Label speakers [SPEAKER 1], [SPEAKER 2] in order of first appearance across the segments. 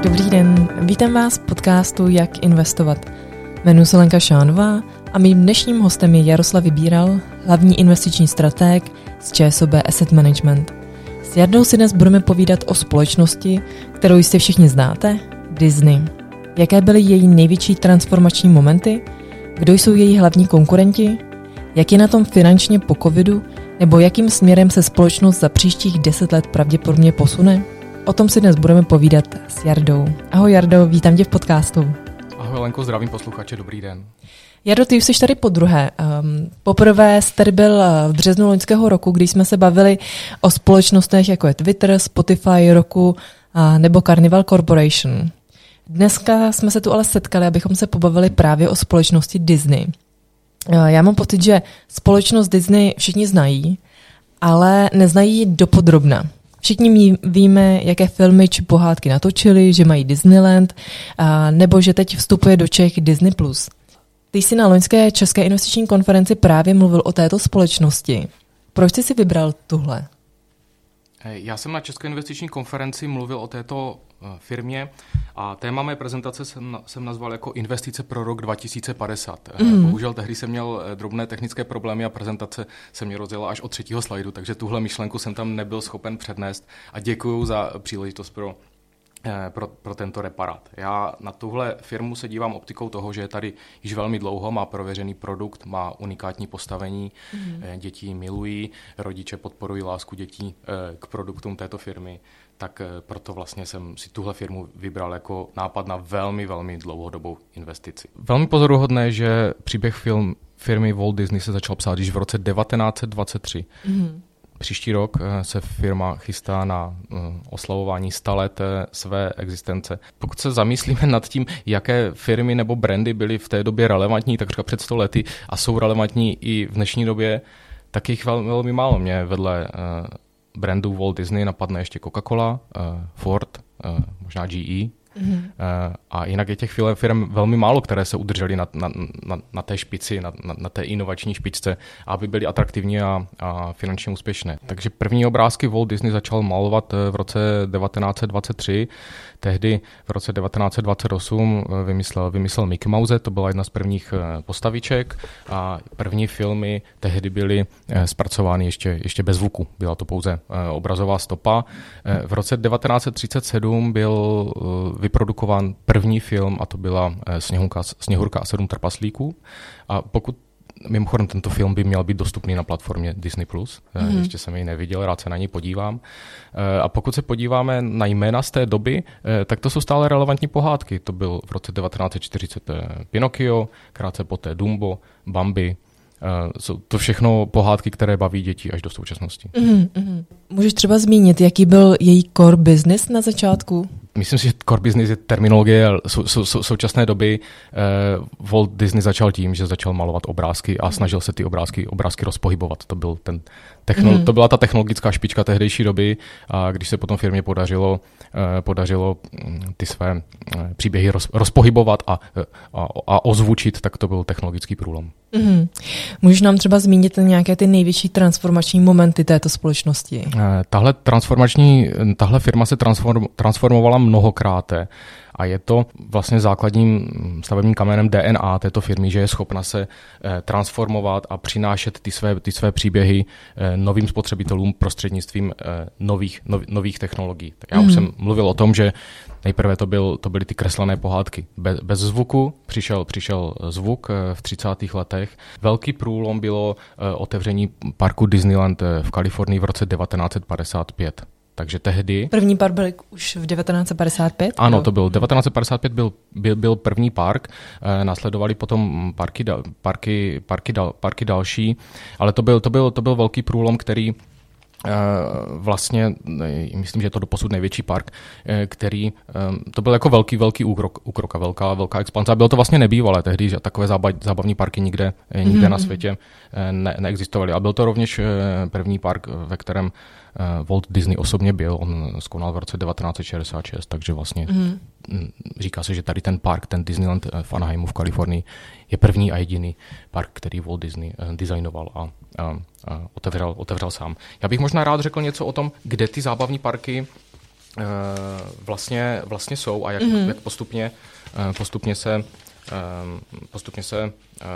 [SPEAKER 1] Dobrý den, vítám vás v podcastu Jak investovat. Jmenuji se Lenka Šánová a mým dnešním hostem je Jaroslav Vybíral, hlavní investiční stratég z ČSOB Asset Management. S Jardou si dnes budeme povídat o společnosti, kterou jistě všichni znáte, Disney. Jaké byly její největší transformační momenty, kdo jsou její hlavní konkurenti, jak je na tom finančně po covidu, nebo jakým směrem se společnost za příštích 10 let pravděpodobně posune? O tom si dnes budeme povídat s Jardou. Ahoj Jardo, vítám tě v podcastu.
[SPEAKER 2] Ahoj Lenko, zdravím posluchače, dobrý den.
[SPEAKER 1] Jardo, ty už jsi tady podruhé. Poprvé jsi tady byl v březnu loňského roku, kdy jsme se bavili o společnostech jako je Twitter, Spotify, Roku nebo Carnival Corporation. Dneska jsme se tu ale setkali, abychom se pobavili právě o společnosti Disney. Já mám pocit, že společnost Disney všichni znají, ale neznají ji dopodrobna. Všichni víme, jaké filmy či pohádky natočili, že mají Disneyland, nebo že teď vstupuje do Čech Disney+. Ty jsi na loňské české investiční konferenci právě mluvil o této společnosti. Proč jsi si vybral tuhle?
[SPEAKER 2] Já jsem na české investiční konferenci mluvil o této firmě a téma mé prezentace jsem nazval jako investice pro rok 2050. Bohužel tehdy jsem měl drobné technické problémy a prezentace se mě rozjela až od 3. slajdu, takže tuhle myšlenku jsem tam nebyl schopen přednést a děkuju za příležitost pro tento reparát. Já na tuhle firmu se dívám optikou toho, že je tady již velmi dlouho, má prověřený produkt, má unikátní postavení, děti milují, rodiče podporují lásku dětí k produktům této firmy, tak proto vlastně jsem si tuhle firmu vybral jako nápad na velmi, velmi dlouhodobou investici. Velmi pozoruhodné, že příběh firmy Walt Disney se začal psát již v roce 1923. Příští rok se firma chystá na oslavování 100 let své existence. Pokud se zamyslíme nad tím, jaké firmy nebo brandy byly v té době relevantní, takřka před 100 lety a jsou relevantní i v dnešní době, tak jich velmi málo. Mě vedle brandu Walt Disney napadne ještě Coca-Cola, Ford, možná GE. A jinak je těch firm velmi málo, které se udržely na té špici, na té inovační špičce, aby byly atraktivní a finančně úspěšné. Takže první obrázky Walt Disney začal malovat v roce 1923. Tehdy v roce 1928 vymyslel Mickey Mouse, to byla jedna z prvních postaviček a první filmy tehdy byly zpracovány ještě bez zvuku. Byla to pouze obrazová stopa. V roce 1937 byl vyprodukován první film a to byla Sněhurka a 7 trpaslíků. A mimochodem tento film by měl být dostupný na platformě Disney+. Ještě jsem ji neviděl, rád se na něj podívám. A pokud se podíváme na jména z té doby, tak to jsou stále relevantní pohádky. To byl v roce 1940 Pinocchio, krátce poté Dumbo, Bambi. Jsou to všechno pohádky, které baví děti až do současnosti.
[SPEAKER 1] Můžeš třeba zmínit, jaký byl její core business na začátku?
[SPEAKER 2] Myslím si, že core business je terminologie současné doby. Walt Disney začal tím, že začal malovat obrázky a snažil se ty obrázky rozpohybovat. To byla ta technologická špička tehdejší doby a když se potom firmě podařilo ty své příběhy rozpohybovat a ozvučit, tak to byl technologický průlom.
[SPEAKER 1] Můžeš nám třeba zmínit nějaké ty největší transformační momenty této společnosti?
[SPEAKER 2] Tahle firma se transformovala mnohokrát a je to vlastně základním stavebním kamenem DNA této firmy, že je schopna se transformovat a přinášet ty své příběhy novým spotřebitelům prostřednictvím nových technologií. Tak já už jsem mluvil o tom, že nejprve to byly ty kreslené pohádky. Bez zvuku přišel zvuk v 30. letech. Velký průlom bylo otevření parku Disneyland v Kalifornii v roce 1955. Takže tehdy...
[SPEAKER 1] První park byl už v 1955?
[SPEAKER 2] Ano, to byl 1955 byl první park, následovaly potom parky další, ale to byl velký průlom, který vlastně, myslím, že je to doposud největší park, který, to byl jako velký úkrok a velká expanze. Bylo to vlastně nebývalé tehdy, že takové zábavní parky nikde na světě neexistovaly. A byl to rovněž první park, ve kterém Walt Disney osobně byl. On skonal v roce 1966, takže vlastně říká se, že tady ten park, ten Disneyland v Anaheimu v Kalifornii, je první a jediný park, který Walt Disney designoval a otevřel sám. Já bych možná rád řekl něco o tom, kde ty zábavní parky Vlastně jsou a jak postupně se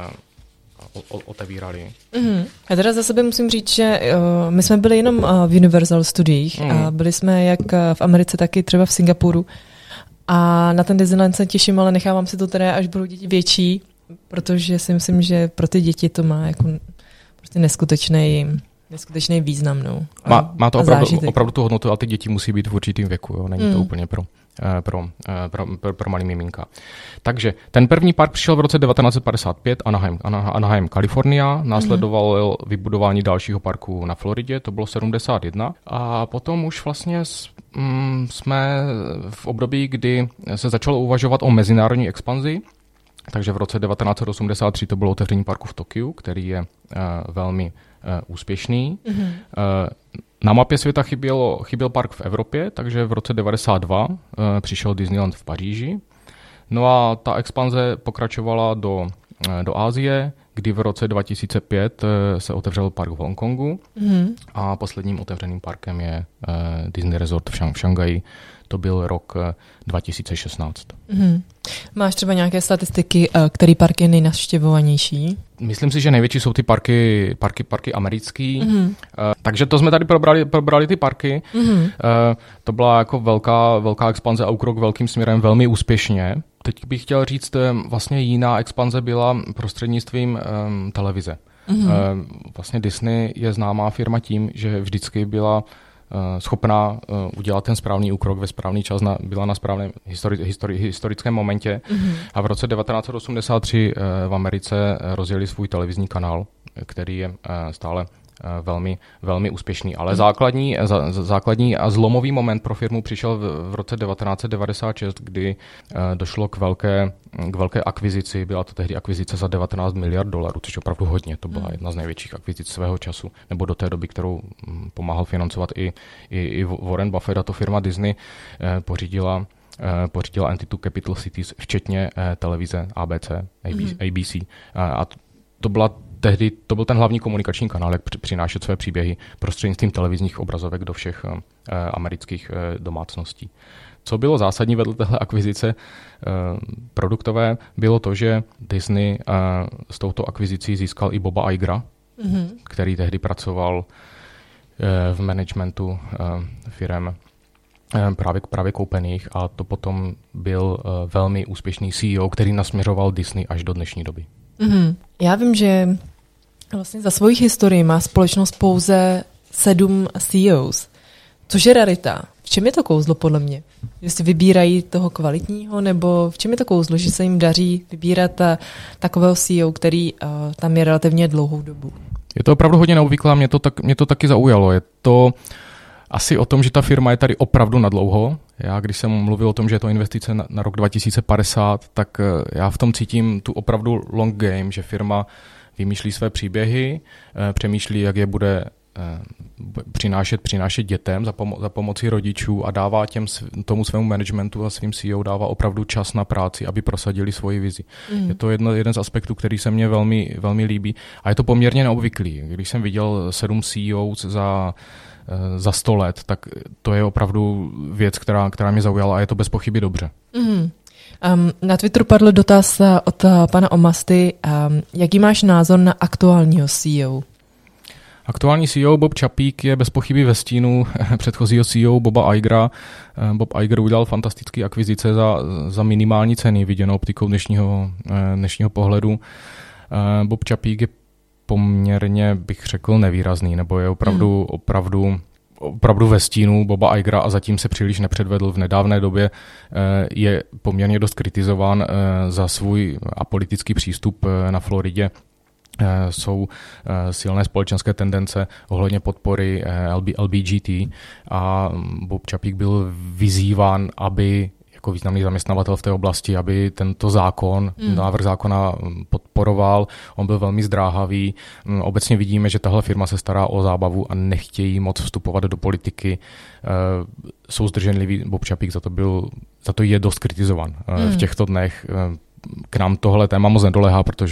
[SPEAKER 2] otevírali.
[SPEAKER 1] Já teda za sebe musím říct, že my jsme byli jenom v Universal studiích a byli jsme jak v Americe, tak i třeba v Singapuru. A na ten Disneyland se těším, ale nechávám si to teda, až budou děti větší, protože si myslím, že pro ty děti to má jako prostě neskutečný význam. No.
[SPEAKER 2] Má to opravdu tu hodnotu, ale ty děti musí být v určitým věku. Jo? Není to úplně pro malý miminka. Takže ten první park přišel v roce 1955, Anaheim, Kalifornia, následovalo vybudování dalšího parku na Floridě, to bylo 71 a potom už vlastně jsme v období, kdy se začalo uvažovat o mezinárodní expanzi, takže v roce 1983 to bylo otevření parku v Tokiu, který je velmi úspěšný. Na mapě světa chyběl park v Evropě, takže v roce 92 přišel Disneyland v Paříži. No a ta expanze pokračovala do Asie, kdy v roce 2005 se otevřel park v Hongkongu a posledním otevřeným parkem je Disney Resort v Šanghaji. To byl rok 2016.
[SPEAKER 1] Máš třeba nějaké statistiky, který park je nejnavštěvovanější?
[SPEAKER 2] Myslím si, že největší jsou ty parky americký. Takže to jsme tady probrali ty parky. To byla jako velká expanze a úkrok velkým směrem velmi úspěšně. Teď bych chtěl říct, vlastně jiná expanze byla prostřednictvím televize. Vlastně Disney je známá firma tím, že vždycky byla schopná udělat ten správný úkrok ve správný čas, byla na správném historickém momentě. A v roce 1983 v Americe rozjeli svůj televizní kanál, který je stále velmi úspěšný. Ale základní a zlomový moment pro firmu přišel v roce 1996, kdy došlo k velké akvizici. Byla to tehdy akvizice za $19 miliard, což je opravdu hodně. To byla jedna z největších akvizic svého času, nebo do té doby, kterou pomáhal financovat i Warren Buffett, a to firma Disney pořídila entitu Capital Cities, včetně televize ABC. A to byl ten hlavní komunikační kanál, jak přinášet své příběhy prostřednictvím televizních obrazovek do všech amerických domácností. Co bylo zásadní vedle téhle akvizice produktové, bylo to, že Disney s touto akvizicí získal i Boba Igera, který tehdy pracoval v managementu firem právě koupených, a to potom byl velmi úspěšný CEO, který nasměřoval Disney až do dnešní doby.
[SPEAKER 1] Já vím, že vlastně za svoji historii má společnost pouze 7 CEOs, což je rarita. V čem je to kouzlo podle mě? Jestli vybírají toho kvalitního, nebo v čem je to kouzlo, že se jim daří vybírat takového CEO, který tam je relativně dlouhou dobu?
[SPEAKER 2] Je to opravdu hodně neobvyklé, mě to taky zaujalo. Je to asi o tom, že ta firma je tady opravdu nadlouho. Já, když jsem mluvil o tom, že je to investice na rok 2050, tak já v tom cítím tu opravdu long game, že firma vymýšlí své příběhy, přemýšlí, jak je bude přinášet dětem za pomoci rodičů, a dává tomu svému managementu a svým CEO dává opravdu čas na práci, aby prosadili svoji vizi. Je to jeden z aspektů, který se mně velmi, velmi líbí, a je to poměrně neobvyklý. Když jsem viděl 7 CEOs za 100 let, tak to je opravdu věc, která mě zaujala, a je to bez pochyby dobře.
[SPEAKER 1] Na Twitteru padl dotaz od pana Omasty. Jaký máš názor na aktuálního CEO?
[SPEAKER 2] Aktuální CEO Bob Chapek je bez pochyby ve stínu předchozího CEO Boba Igera. Bob Iger udělal fantastické akvizice za minimální ceny, viděnou optikou dnešního pohledu. Bob Chapek je poměrně, bych řekl, nevýrazný, nebo je opravdu ve stínu Boba Igera a zatím se příliš nepředvedl. V nedávné době je poměrně dost kritizován za svůj apolitický přístup na Floridě. Jsou silné společenské tendence ohledně podpory LBGT a Bob Chapek byl vyzýván, aby jako významný zaměstnavatel v té oblasti, aby tento návrh zákona podporoval. On byl velmi zdráhavý. Obecně vidíme, že tahle firma se stará o zábavu a nechtějí moc vstupovat do politiky. Jsou zdrženliví. Bob Chapek za to je dost kritizovan. V těchto dnech k nám tohle téma moc nedoléhá, protože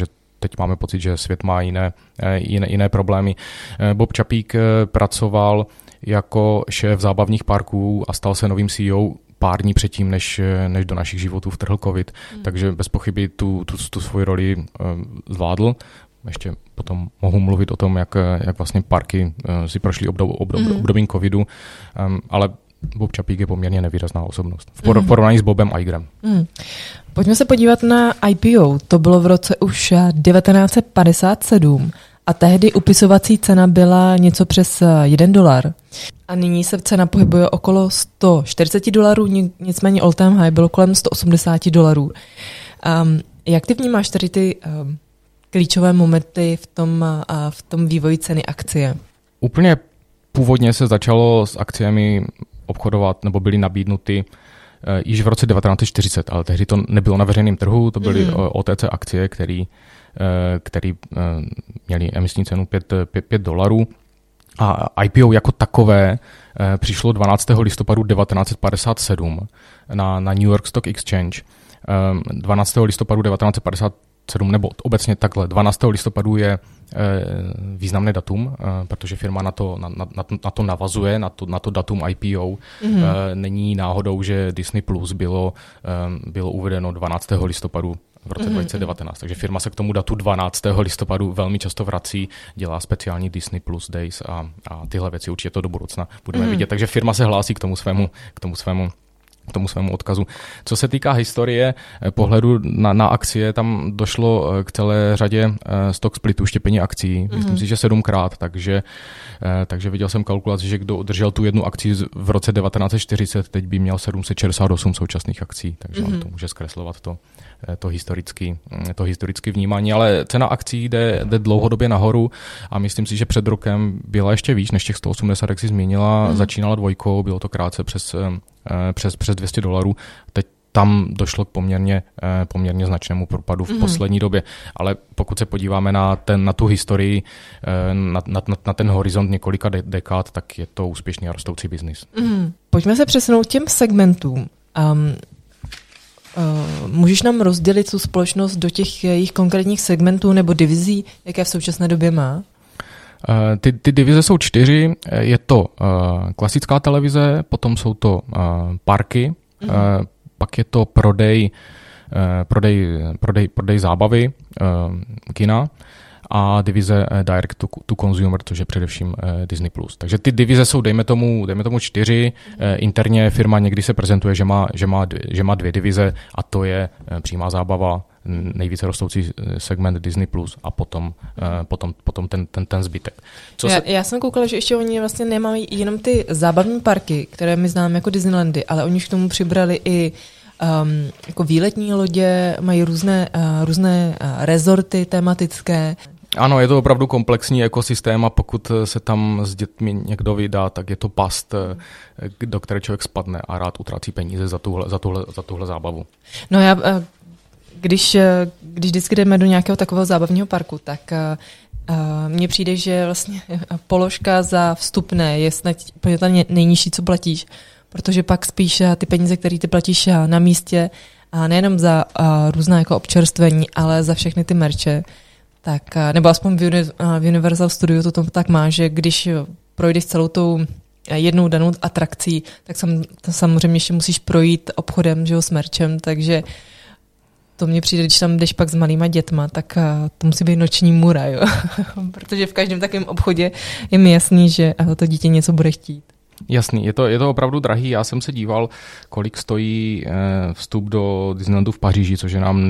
[SPEAKER 2] teď máme pocit, že svět má jiné problémy. Bob Čapík pracoval jako šéf zábavních parků a stal se novým CEO pár dní předtím, než do našich životů vtrhl covid, takže bez pochyby tu svoji roli zvládl. Ještě potom mohu mluvit o tom, jak vlastně parky si prošly obdobím covidu, ale Bob Čapík je poměrně nevýrazná osobnost v porovnání s Bobem Igerem.
[SPEAKER 1] Pojďme se podívat na IPO. To bylo v roce už 1957 a tehdy upisovací cena byla něco přes $1. A nyní se cena pohybuje okolo $140, nicméně all time high bylo kolem $180. Jak ty vnímáš tady ty klíčové momenty v tom vývoji ceny akcie?
[SPEAKER 2] Úplně původně se začalo s akciemi obchodovat, nebo byly nabídnuty již v roce 1940, ale tehdy to nebylo na veřejném trhu, to byly OTC akcie, které měly emisní cenu $5. A IPO jako takové přišlo 12. listopadu 1957 na New York Stock Exchange. 12. listopadu 1957, nebo obecně takhle, 12. listopadu je významné datum, protože firma na to navazuje, na to datum IPO. Není náhodou, že Disney Plus bylo uvedeno 12. listopadu v roce 2019. Takže firma se k tomu datu 12. listopadu velmi často vrací, dělá speciální Disney Plus Days a tyhle věci určitě to do budoucna budeme vidět. Takže firma se hlásí k tomu svému odkazu. Co se týká historie pohledu na akcie, tam došlo k celé řadě stock splitů, štěpení akcí. Myslím si, že 7krát, takže viděl jsem kalkulaci, že kdo udržel tu jednu akci v roce 1940, teď by měl 768 současných akcí, takže to může zkreslovat to historické vnímání, ale cena akcí jde dlouhodobě nahoru a myslím si, že před rokem byla ještě výš než těch 180, jak si zmínila, začínala 2, bylo to krátce přes $200. Teď tam došlo k poměrně značnému propadu v poslední době, ale pokud se podíváme na tu historii, na ten horizont několika dekád, tak je to úspěšný a rostoucí biznis.
[SPEAKER 1] Pojďme se přesunout těm segmentům. Můžeš nám rozdělit tu společnost do těch jejich konkrétních segmentů nebo divizí, jaké v současné době má?
[SPEAKER 2] Ty divize jsou 4. Je to klasická televize, potom jsou to parky, pak je to prodej zábavy, kina a divize Direct to Consumer, což je především Disney+. Takže ty divize jsou, dejme tomu 4. Interně firma někdy se prezentuje, že má 2 divize a to je přímá zábava, nejvíce rostoucí segment Disney+, a potom ten zbytek.
[SPEAKER 1] Já jsem koukala, že ještě oni vlastně nemají jenom ty zábavní parky, které my známe jako Disneylandy, ale oni k tomu přibrali i jako výletní lodě, mají různé rezorty tematické.
[SPEAKER 2] Ano, je to opravdu komplexní ekosystém a pokud se tam s dětmi někdo vydá, tak je to past, do které člověk spadne a rád utrací peníze za tuhle zábavu.
[SPEAKER 1] No když vždycky jdeme do nějakého takového zábavního parku, tak mně přijde, že vlastně položka za vstupné je snad ta nejnižší, co platíš, protože pak spíš ty peníze, které ty platíš na místě, a nejenom za různá jako občerstvení, ale za všechny ty merče, tak, nebo aspoň v Universal Studios to tak má, že když projdeš celou tou jednou danou atrakcí, tak samozřejmě ještě musíš projít obchodem, že jo, s merčem, takže to mně přijde, když tam jdeš pak s malýma dětma, tak to musí být noční můra, jo. Protože v každém takovém obchodě je mi jasný, že to dítě něco bude chtít.
[SPEAKER 2] Jasný, je to opravdu drahý. Já jsem se díval, kolik stojí vstup do Disneylandu v Paříži, což je nám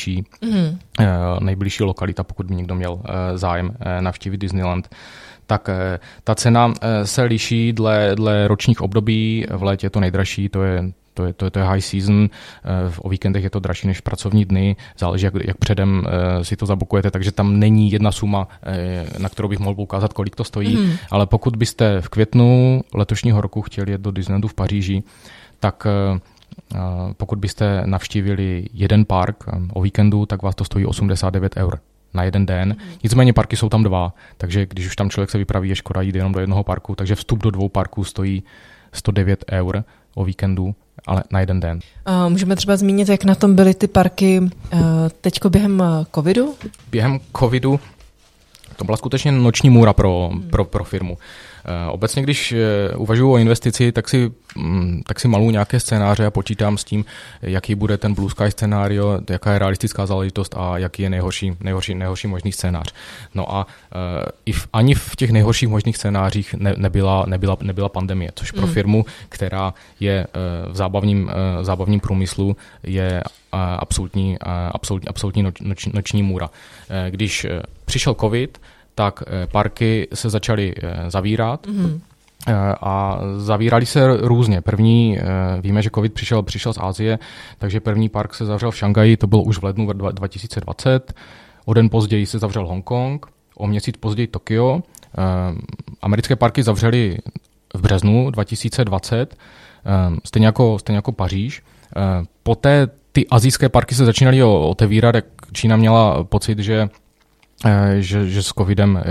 [SPEAKER 2] nejbližší lokalita, pokud by někdo měl zájem navštívit Disneyland. Tak ta cena se liší dle ročních období. V létě je to nejdražší, to je high season, o víkendech je to dražší než pracovní dny, záleží, jak předem si to zabukujete, takže tam není jedna suma, na kterou bych mohl poukázat, kolik to stojí, ale pokud byste v květnu letošního roku chtěli jet do Disneylandu v Paříži, tak pokud byste navštívili jeden park o víkendu, tak vás to stojí €89 na jeden den. Nicméně parky jsou tam 2, takže když už tam člověk se vypraví, je škoda jít jenom do jednoho parku, takže vstup do 2 parků stojí €109 o víkendu. ale na jeden den.
[SPEAKER 1] Můžeme třeba zmínit, jak na tom byly ty parky teďko během covidu?
[SPEAKER 2] Během covidu to byla skutečně noční můra pro firmu. Obecně, když uvažuji o investici, tak si maluji nějaké scénáře a počítám s tím, jaký bude ten blue sky scénário, jaká je realistická záležitost a jaký je nejhorší možný scénář. No a ani v těch nejhorších možných scénářích nebyla pandemie, což pro firmu, která je v zábavním průmyslu, je absolutní noční můra. Když přišel covid, tak parky se začaly zavírat a zavírali se různě. Víme, že covid přišel z Asie, takže první park se zavřel v Šanghaji, to bylo už v lednu 2020. O den později se zavřel Hongkong, o měsíc později Tokio. Americké parky zavřely v březnu 2020, stejně jako Paříž. Poté ty asijské parky se začínaly otevírat, jak Čína měla pocit, že s covidem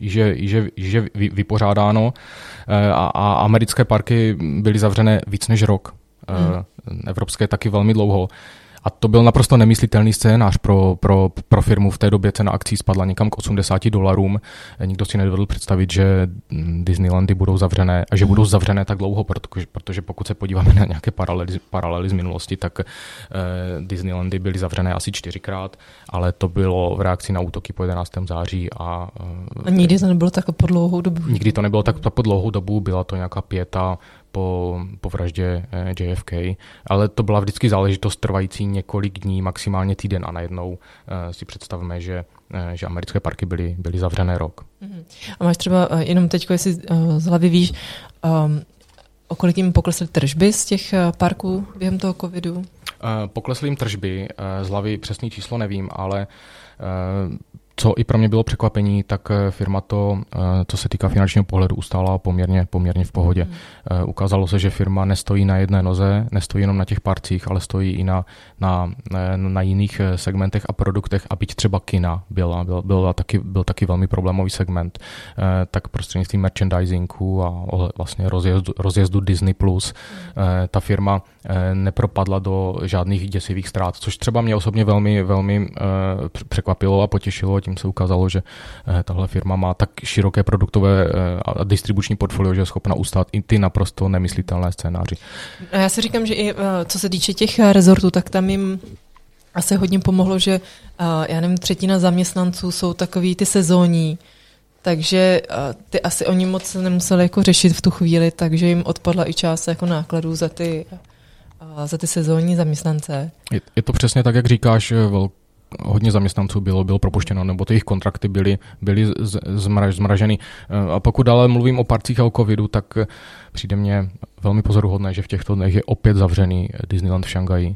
[SPEAKER 2] je vypořádáno a americké parky byly zavřené víc než rok. Evropské taky velmi dlouho. A to byl naprosto nemyslitelný scénář pro firmu. V té době cena akcí spadla někam k $80. Nikdo si nedovedl představit, že Disneylandy budou zavřené a že budou zavřené tak dlouho, protože pokud se podíváme na nějaké paralely z minulosti, tak Disneylandy byly zavřené asi 4krát, ale to bylo v reakci na útoky po 11. září. A
[SPEAKER 1] nikdy to nebylo tak po dlouhou dobu.
[SPEAKER 2] Nikdy to nebylo tak po dlouhou dobu, byla to nějaká pěta po vraždě JFK, ale to byla vždycky záležitost trvající několik dní, maximálně týden a najednou si představíme, že americké parky byly zavřené rok.
[SPEAKER 1] A máš třeba jenom teď, jestli z hlavy víš, o kolik jim poklesly tržby z těch parků během toho covidu?
[SPEAKER 2] Poklesly jim tržby, z hlavy přesný číslo nevím, ale co i pro mě bylo překvapení, tak firma to, co se týká finančního pohledu, ustála poměrně v pohodě. Ukázalo se, že firma nestojí na jedné noze, nestojí jenom na těch parcích, ale stojí i na jiných segmentech a produktech, a byť třeba kina byl taky velmi problémový segment, tak prostřednictvím merchandisingu a vlastně rozjezdu Disney+, ta firma nepropadla do žádných děsivých ztrát, což třeba mě osobně velmi překvapilo a potěšilo. Tím se ukázalo, že tahle firma má tak široké produktové a distribuční portfolio, že je schopna ustát i ty naprosto nemyslitelné scénáři.
[SPEAKER 1] Já si říkám, že i co se týče těch rezortů, tak tam jim asi hodně pomohlo, že já nevím, 1/3 zaměstnanců jsou takový ty sezónní, takže ty asi oni moc nemuseli jako řešit v tu chvíli, takže jim odpadla i část jako nákladů za ty sezónní zaměstnance.
[SPEAKER 2] Je to přesně tak, jak říkáš, hodně zaměstnanců bylo propuštěno, nebo ty jejich kontrakty byly zmraženy. A pokud dále mluvím o parcích a o covidu, tak přijde mně velmi pozoruhodné, že v těchto dnech je opět zavřený Disneyland v Šanghaji.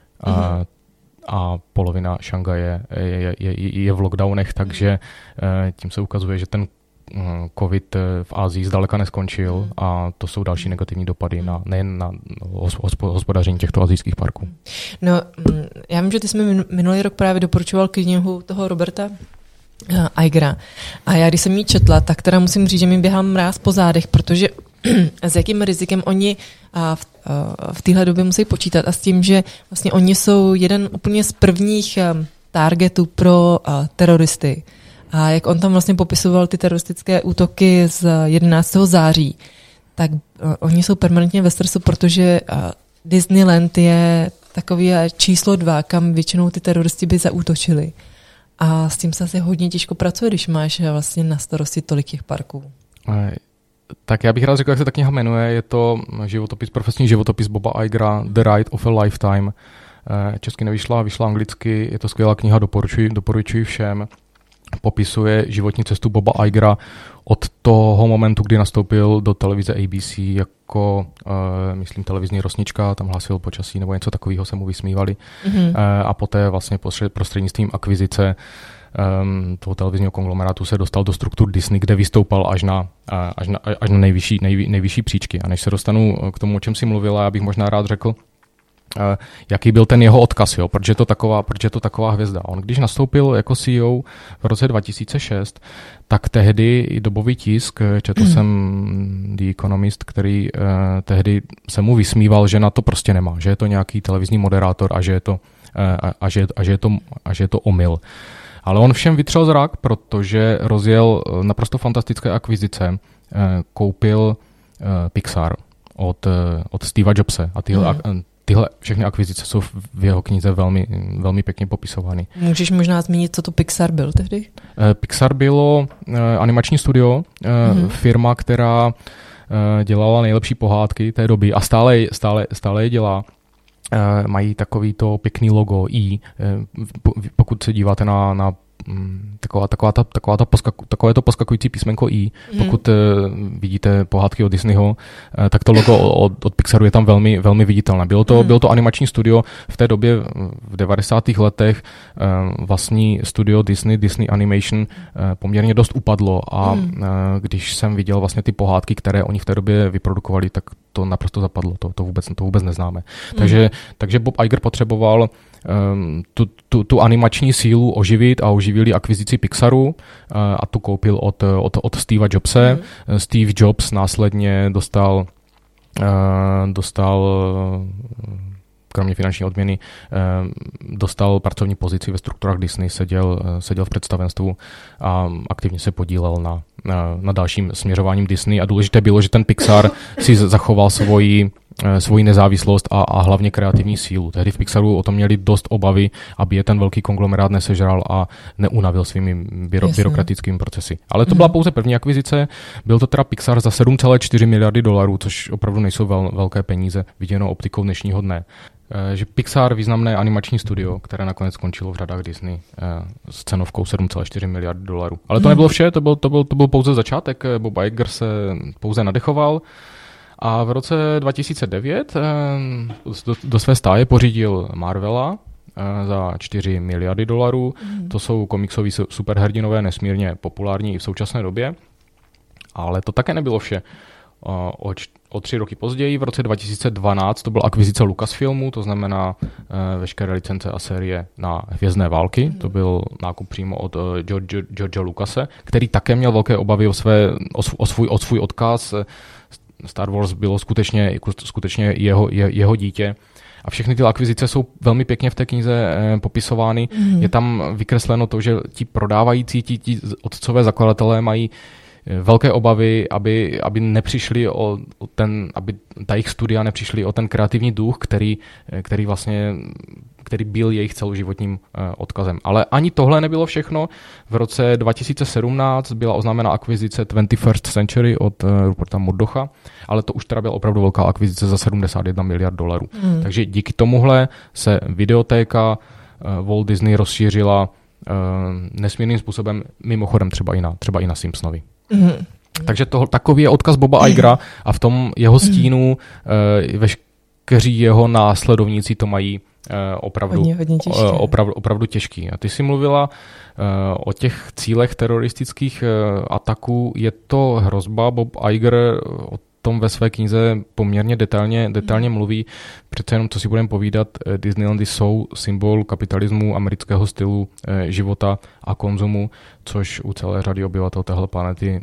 [SPEAKER 2] A polovina Šanghaje je v lockdownech, takže tím se ukazuje, že ten covid v Asii zdaleka neskončil a to jsou další negativní dopady nejen na hospodaření těchto asijských parků.
[SPEAKER 1] No, já vím, že ty jsi mi minulý rok právě doporučoval knihu toho Roberta Igera. A já, když jsem ji četla, tak teda musím říct, že mi běhal mráz po zádech, protože s jakým rizikem oni v téhle době musí počítat a s tím, že vlastně oni jsou jeden úplně z prvních targetů pro teroristy. A jak on tam vlastně popisoval ty teroristické útoky z 11. září, tak oni jsou permanentně ve stresu, protože Disneyland je takový číslo 2, kam většinou ty teroristi by zaútočili. A s tím se asi hodně těžko pracuje, když máš vlastně na starosti tolik těch parků.
[SPEAKER 2] Tak já bych rád řekl, jak se ta kniha jmenuje. Je to profesní životopis Boba Igera, The Ride of a Lifetime. Česky nevyšla, vyšla anglicky. Je to skvělá kniha, doporučuji všem. Popisuje životní cestu Boba Igera od toho momentu, kdy nastoupil do televize ABC jako, myslím, televizní rosnička, tam hlásil počasí nebo něco takového, se mu vysmívali. A poté vlastně prostřednictvím akvizice toho televizního konglomerátu se dostal do struktur Disney, kde vystoupal až na nejvyšší příčky. A než se dostanu k tomu, o čem si mluvila, já bych možná rád řekl jaký byl ten jeho odkaz, jo? Proč je to taková hvězda. On když nastoupil jako CEO v roce 2006, tak tehdy i dobový tisk, četl jsem The Economist, který tehdy se mu vysmíval, že na to prostě nemá, že je to nějaký televizní moderátor a že je to omyl. Ale on všem vytřel zrak, protože rozjel naprosto fantastické akvizice. Koupil Pixar od Steva Jobse a tyhle všechny akvizice jsou v jeho knize velmi, velmi pěkně popisovány.
[SPEAKER 1] Můžeš možná zmínit, co to Pixar byl tehdy?
[SPEAKER 2] Pixar bylo animační studio, firma, která dělala nejlepší pohádky té doby a stále je dělá. Mají takový to pěkný logo I. Pokud se díváte na takové to poskakující písmenko I. Pokud vidíte pohádky od Disneyho, tak to logo od Pixaru je tam velmi, velmi viditelné. Bylo to animační studio v té době v 90. letech vlastní studio Disney Animation poměrně dost upadlo a když jsem viděl vlastně ty pohádky, které oni v té době vyprodukovali, tak to naprosto zapadlo. To vůbec neznáme. Takže Bob Iger potřeboval tu animační sílu oživit a oživili akvizici Pixaru a tu koupil od Steva Jobse. Steve Jobs následně dostal kromě finanční odměny, dostal pracovní pozici ve strukturách Disney, seděl v představenstvu a aktivně se podílel na dalším směřováním Disney a důležité bylo, že ten Pixar si zachoval svoji nezávislost a hlavně kreativní sílu. Tehdy v Pixaru o tom měli dost obavy, aby je ten velký konglomerát nesežral a neunavil svými byrokratickými procesy. Ale to byla pouze první akvizice. Byl to teda Pixar za 7,4 miliardy dolarů, což opravdu nejsou velké peníze, viděno optikou dnešního dne. Že Pixar, významné animační studio, které nakonec skončilo v řadách Disney s cenovkou 7,4 miliardy dolarů. Ale to nebylo vše, to byl pouze začátek. Bob Iger se pouze nadechoval a v roce 2009 do své stáje pořídil Marvela za 4 miliardy dolarů. To jsou komiksoví superhrdinové, nesmírně populární i v současné době. Ale to také nebylo vše. O 3 roky později, v roce 2012, to byla akvizice Lucasfilmu, to znamená veškeré licence a série na Hvězdné války. To byl nákup přímo od George Lucase, který také měl velké obavy o svůj odkaz. Star Wars bylo skutečně jeho dítě. A všechny ty akvizice jsou velmi pěkně v té knize popisovány. Je tam vykresleno to, že ti prodávající, ti otcové zakladatelé mají velké obavy, aby nepřišli aby ta jejich studia nepřišli o ten kreativní duch, který byl jejich celoživotním odkazem. Ale ani tohle nebylo všechno. V roce 2017 byla oznámena akvizice 21st Century od Ruperta Murdocha, ale to už teda byla opravdu velká akvizice za 71 miliard dolarů. Takže díky tomuhle se videotéka Walt Disney rozšířila nesmírným způsobem, mimochodem třeba i na Simpsonovi. Takže takový je odkaz Boba Igera a v tom jeho stínu veškeří jeho následovníci to mají opravdu těžký. A ty jsi mluvila o těch cílech teroristických ataků. Je to hrozba? Bob Iger o tom ve své knize poměrně detailně mluví. Přece jenom, co si budeme povídat, Disneylandy jsou symbol kapitalismu, amerického stylu života a konzumu, což u celé řady obyvatel téhle planety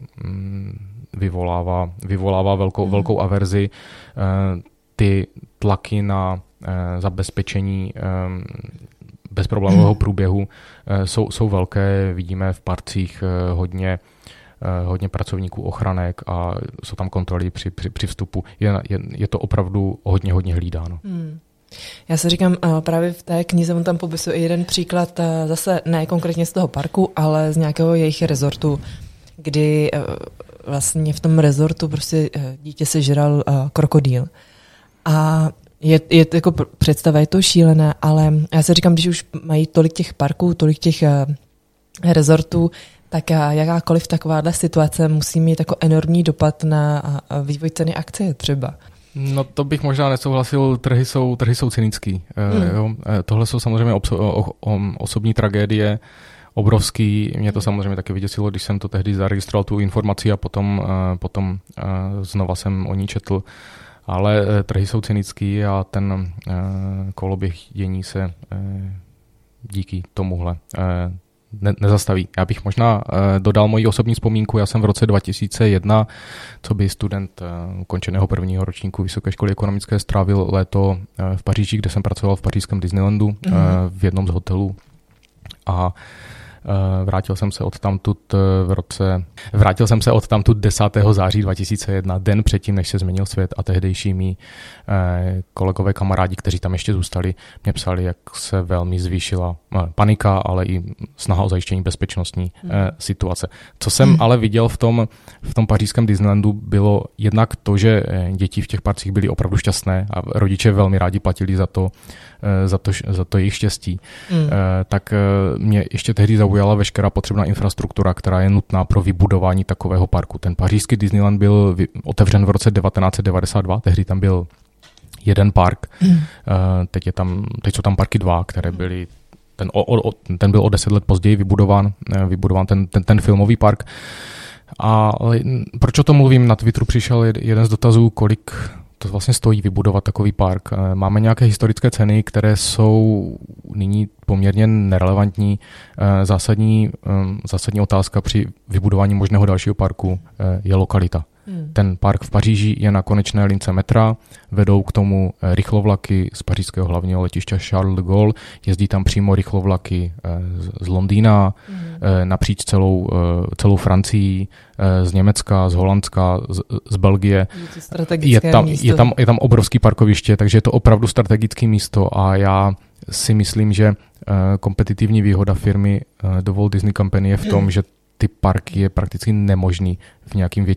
[SPEAKER 2] vyvolává velkou averzi. Ty tlaky na zabezpečení bezproblémového průběhu jsou velké. Vidíme v parcích hodně pracovníků ochranek a jsou tam kontroly při vstupu. Je to opravdu hodně hlídáno.
[SPEAKER 1] Já si říkám, právě v té knize on tam popisuje jeden příklad, zase ne konkrétně z toho parku, ale z nějakého jejich rezortu, kdy vlastně v tom rezortu prostě dítě sežral krokodýl. A je to jako představa, je to šílené, ale já si říkám, když už mají tolik těch parků, tolik těch rezortů, tak jakákoliv takováhle situace musí mít jako enormní dopad na vývoj ceny akcie třeba.
[SPEAKER 2] No to bych možná nesouhlasil, trhy jsou cynický. Jo. Tohle jsou samozřejmě osobní tragédie, obrovský. Mě to samozřejmě taky vyděsilo, když jsem to tehdy zaregistroval tu informaci a potom znova jsem o ní četl. ale trhy jsou cynický a ten koloběh dění se díky tomuhle nezastaví. Já bych možná dodal moji osobní vzpomínku. Já jsem v roce 2001, co by student ukončeného prvního ročníku Vysoké školy ekonomické, strávil léto v Paříži, kde jsem pracoval v pařížském Disneylandu v jednom z hotelů. A vrátil jsem se odtamtud 10. září 2001, den předtím, než se změnil svět, a tehdejší mí kolegové, kamarádi, kteří tam ještě zůstali, mě psali, jak se velmi zvýšila panika, ale i snaha o zajištění bezpečnostní situace. Co jsem ale viděl v tom pařížském Disneylandu, bylo jednak to, že děti v těch parcích byly opravdu šťastné a rodiče velmi rádi platili za to jejich štěstí. Tak mě ještě tehdy zaujala veškerá potřebná infrastruktura, která je nutná pro vybudování takového parku. Ten pařížský Disneyland byl otevřen v roce 1992, tehdy tam byl jeden park, teď jsou tam parky dva, které byly, ten byl o 10 let později vybudován ten filmový park. A proč o tom mluvím? Na Twitteru přišel jeden z dotazů, kolik to vlastně stojí vybudovat takový park. Máme nějaké historické ceny, které jsou nyní poměrně nerelevantní. Zásadní otázka při vybudování možného dalšího parku je lokalita. Ten park v Paříži je na konečné lince metra, vedou k tomu rychlovlaky z pařížského hlavního letiště Charles de Gaulle, jezdí tam přímo rychlovlaky z Londýna, napříč celou Francii, z Německa, z Holandska, z Belgie. Je tam obrovský parkoviště, takže je to opravdu strategické místo a já si myslím, že kompetitivní výhoda firmy The Walt Disney Company je v tom, že ty parky je prakticky nemožný v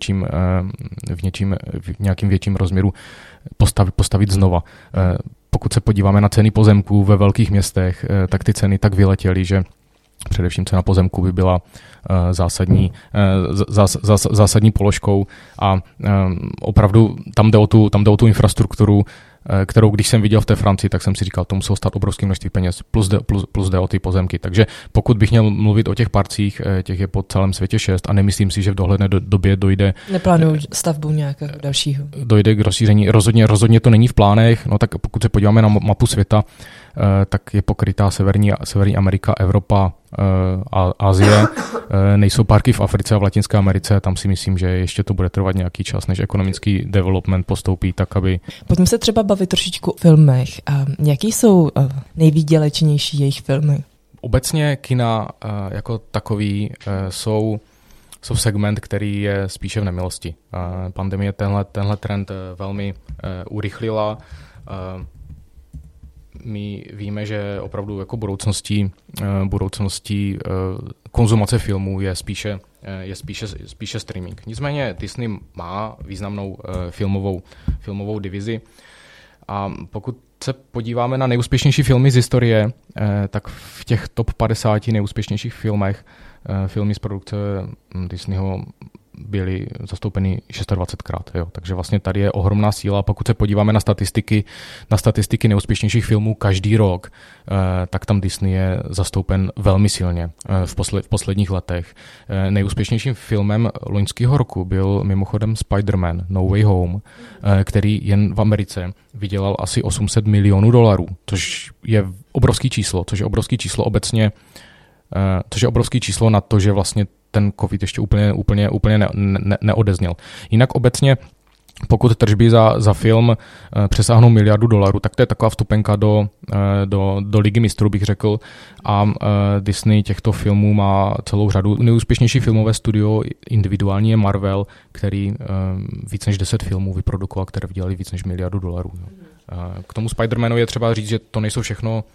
[SPEAKER 2] nějakým větším rozměru postavit znova. Pokud se podíváme na ceny pozemků ve velkých městech, tak ty ceny tak vyletěly, že především cena pozemků by byla zásadní položkou a opravdu tam jde o tu infrastrukturu, kterou když jsem viděl v té Francii, tak jsem si říkal, to muselo stát obrovské množství peněz, plus jde o ty pozemky. Takže pokud bych měl mluvit o těch parcích, těch je po celém světě 6 a nemyslím si, že v dohledné době dojde...
[SPEAKER 1] Neplánuju stavbu nějakého dalšího.
[SPEAKER 2] Dojde k rozšíření. Rozhodně to není v plánech, no tak pokud se podíváme na mapu světa, tak je pokrytá Severní Amerika, Evropa a Asie. Nejsou parky v Africe a v Latinské Americe, tam si myslím, že ještě to bude trvat nějaký čas, než ekonomický development postoupí tak, aby...
[SPEAKER 1] Pojďme se třeba bavit trošičku o filmech. Jaký jsou nejvýdělečnější jejich filmy?
[SPEAKER 2] Obecně kina jako takový jsou segment, který je spíše v nemilosti. Pandemie tenhle trend velmi urychlila. My víme, že opravdu jako budoucností konzumace filmů je spíše streaming. Nicméně Disney má významnou filmovou divizi a pokud se podíváme na nejúspěšnější filmy z historie, tak v těch top 50 nejúspěšnějších filmech filmy z produkce Disneyho byly zastoupeny 26krát. Jo. Takže vlastně tady je ohromná síla. Pokud se podíváme na statistiky nejúspěšnějších filmů každý rok, tak tam Disney je zastoupen velmi silně v posledních letech. Nejúspěšnějším filmem loňského roku byl mimochodem Spider-Man No Way Home, který jen v Americe vydělal asi $800 milionů, což je obrovský číslo obecně, což je obrovský číslo na to, že vlastně ten covid ještě úplně neodezněl. Jinak obecně, pokud tržby za film přesáhnou $1 miliardu, tak to je taková vstupenka do ligy mistrů, bych řekl. A Disney těchto filmů má celou řadu. Nejúspěšnější filmové studio individuální je Marvel, který víc než 10 filmů vyprodukoval, které vydělali víc než $1 miliardu. K tomu Spider-Manu je třeba říct, že to nejsou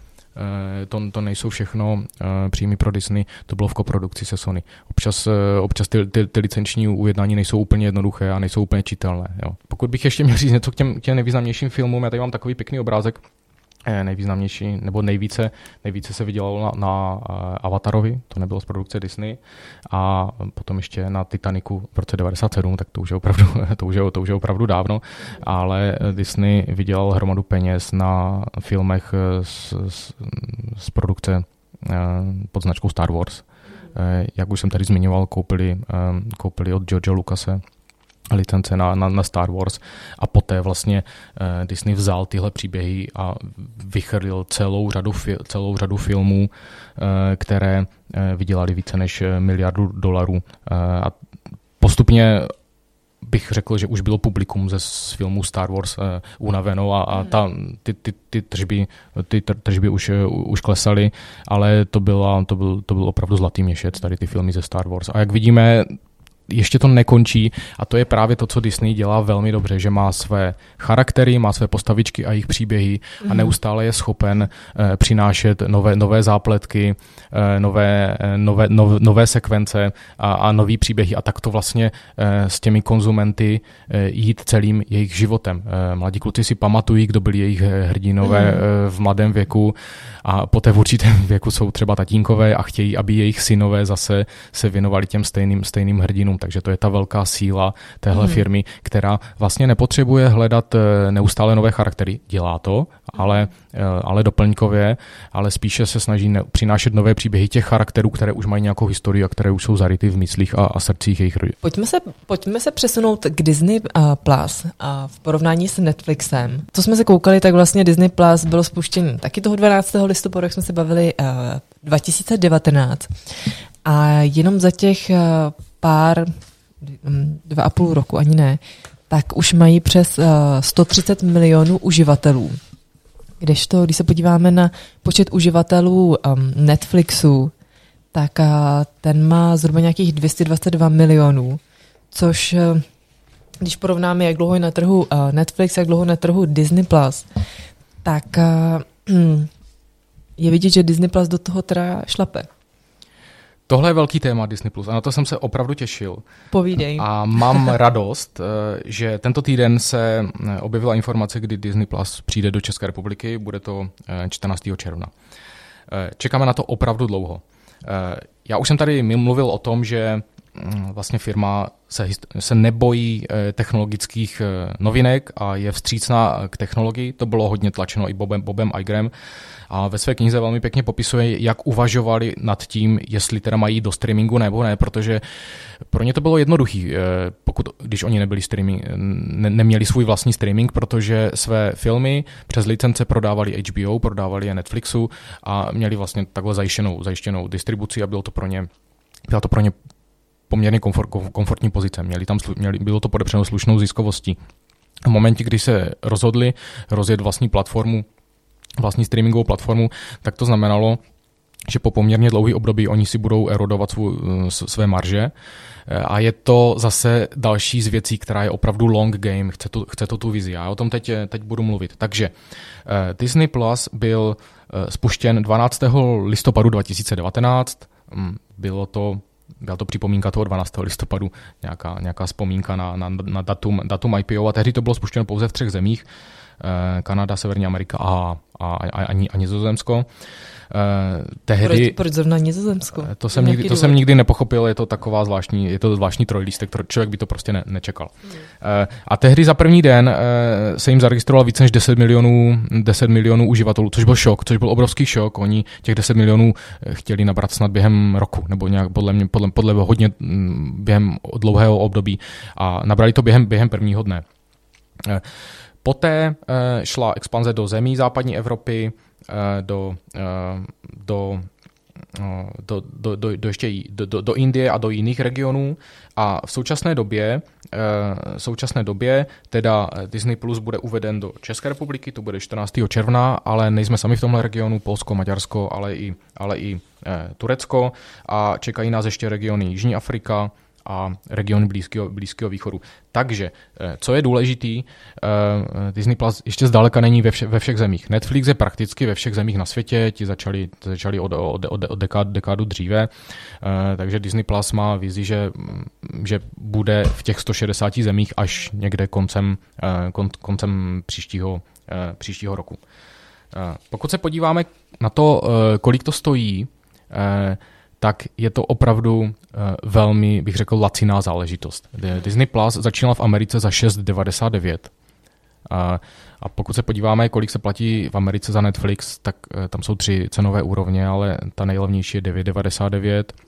[SPEAKER 2] všechno příjmy pro Disney, to bylo v koprodukci se Sony. Občas ty licenční ujednání nejsou úplně jednoduché a nejsou úplně čitelné. Jo. Pokud bych ještě měl říct něco k těm nejvýznamnějším filmům, já tady mám takový pěkný obrázek, nejvýznamnější, nebo nejvíce se vydělalo na Avatarovi, to nebylo z produkce Disney, a potom ještě na Titanicu v roce 1997, tak to už je opravdu dávno, ale Disney vydělal hromadu peněz na filmech z produkce pod značkou Star Wars. Jak už jsem tady zmiňoval, koupili od George Lucase licence na Star Wars a poté vlastně Disney vzal tyhle příběhy a vychrlil celou řadu filmů, které vydělaly více než $1 miliardu a postupně bych řekl, že už bylo publikum ze filmu Star Wars unaveno a ty tržby už klesaly, ale to byl opravdu zlatý měšec, tady ty filmy ze Star Wars. A jak vidíme, ještě to nekončí a to je právě to, co Disney dělá velmi dobře, že má své charaktery, má své postavičky a jejich příběhy a neustále je schopen přinášet nové zápletky, nové sekvence a nový příběhy a tak to vlastně s těmi konzumenty jít celým jejich životem. Mladí kluci si pamatují, kdo byli jejich hrdinové v mladém věku a poté v určitém věku jsou třeba tatínkové a chtějí, aby jejich synové zase se věnovali těm stejným hrdinům. Takže to je ta velká síla téhle firmy, která vlastně nepotřebuje hledat neustále nové charaktery. Dělá to, ale doplňkově, ale spíše se snaží přinášet nové příběhy těch charakterů, které už mají nějakou historii a které už jsou zaryty v myslích a srdcích jejich lidí.
[SPEAKER 1] Pojďme se přesunout k Disney Plus a v porovnání s Netflixem. Co jsme se koukali, tak vlastně Disney Plus bylo spuštěn taky toho 12. listopadu, jak jsme se bavili, 2019. A jenom za těch pár, 2,5 roku, ani ne, tak už mají přes 130 milionů uživatelů. Kdežto, když se podíváme na počet uživatelů Netflixu, tak ten má zhruba nějakých 222 milionů, což když porovnáme, jak dlouho je na trhu Netflix, jak dlouho na trhu Disney Plus, tak je vidět, že Disney Plus do toho teda šlape.
[SPEAKER 2] Tohle je velký téma Disney+, a na to jsem se opravdu těšil.
[SPEAKER 1] Povídej.
[SPEAKER 2] A mám radost, že tento týden se objevila informace, kdy Disney Plus přijde do České republiky, bude to 14. června. Čekáme na to opravdu dlouho. Já už jsem tady mluvil o tom, že vlastně firma se nebojí technologických novinek a je vstřícná k technologii. To bylo hodně tlačeno i Bobem Igerem a ve své knize velmi pěkně popisuje, jak uvažovali nad tím, jestli teda mají do streamingu nebo ne, protože pro ně to bylo jednoduchý, když oni neměli svůj vlastní streaming, protože své filmy přes licence prodávali HBO, prodávali je Netflixu a měli vlastně takhle zajištěnou distribuci a byla to pro ně poměrně komfortní pozice. Bylo to podepřeno slušnou ziskovostí. V momentě, kdy se rozhodli rozjet vlastní streamingovou platformu, tak to znamenalo, že po poměrně dlouhý období oni si budou erodovat své marže a je to zase další z věcí, která je opravdu long game, chce to tu vizi. Já o tom teď budu mluvit. Takže Disney Plus byl spuštěn 12. listopadu 2019, byla to připomínka toho 12. listopadu, nějaká vzpomínka na datum IPO a tehdy to bylo spuštěno pouze v 3 zemích, Kanada, Severní Amerika a Nizozemsko.
[SPEAKER 1] Proč zrovna Nizozemsko?
[SPEAKER 2] To jsem nikdy nepochopil, je to zvláštní trojlístek, člověk by to prostě nečekal. A tehdy za první den se jim zaregistrovalo více než 10 milionů uživatelů, což byl šok, což byl obrovský šok. Oni těch 10 milionů chtěli nabrat snad během roku, nebo nějak podle hodně během dlouhého období a nabrali to během prvního dne. Poté šla expanze do zemí západní Evropy, do Indie a do jiných regionů a v současné době teda Disney Plus bude uveden do České republiky, to bude 14. června, ale nejsme sami v tomhle regionu, Polsko, Maďarsko, ale i Turecko a čekají nás ještě regiony Jižní Afrika a regiony Blízkého východu. Takže, co je důležitý, Disney Plus ještě zdaleka není ve všech zemích. Netflix je prakticky ve všech zemích na světě, ti začali od dekádu dříve, takže Disney Plus má vizi, že bude v těch 160 zemích až někde koncem příštího roku. Pokud se podíváme na to, kolik to stojí, tak je to opravdu velmi, bych řekl, laciná záležitost. Disney Plus začínal v Americe za $6,99. A pokud se podíváme, kolik se platí v Americe za Netflix, tak tam jsou 3 cenové úrovně, ale ta nejlevnější je $9,99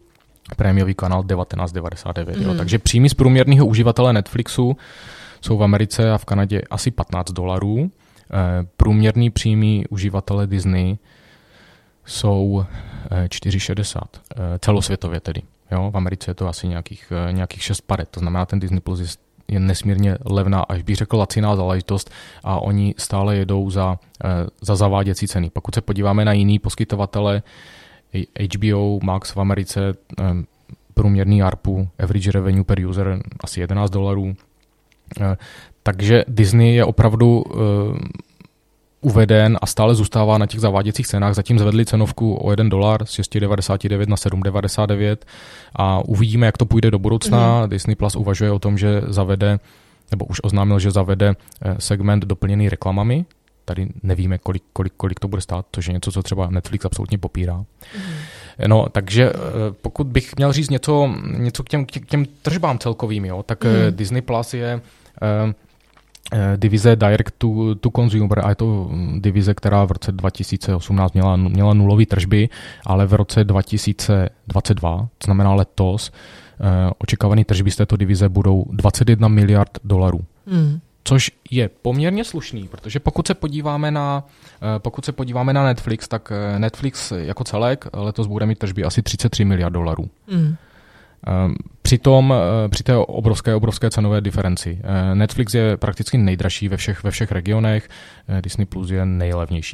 [SPEAKER 2] prémiový kanál 19,99. Jo. Takže příjmy z průměrného uživatele Netflixu jsou v Americe a v Kanadě asi $15. Průměrný příjmy uživatele Disney jsou 4,60. Celosvětově tedy. Jo. V Americe je to asi nějakých 6,50. To znamená, ten Disney Plus je nesmírně levná, až bych řekl laciná záležitost a oni stále jedou za zaváděcí ceny. Pokud se podíváme na jiný poskytovatele, HBO Max v Americe, průměrný ARPU, average revenue per user, asi $11. Takže Disney je opravdu uveden a stále zůstává na těch zaváděcích cenách. Zatím zvedli cenovku o $1 z 6,99 na 7,99 a uvidíme, jak to půjde do budoucna. Disney Plus uvažuje o tom, že zavede, nebo už oznámil, že zavede segment doplněný reklamami. Tady nevíme, kolik to bude stát, což je něco, co třeba Netflix absolutně popírá. No, takže pokud bych měl říct něco k těm tržbám celkovým, jo, tak Disney Plus je divize Direct to Consumer a je to divize, která v roce 2018 měla nulové tržby, ale v roce 2022, to znamená letos, očekávané tržby z této divize budou $21 miliard. Což je poměrně slušný, protože pokud se podíváme na Netflix, tak Netflix jako celek letos bude mít tržby asi $33 miliard. Při té obrovské cenové diferenci. Netflix je prakticky nejdražší ve všech regionech, Disney Plus je nejlevnější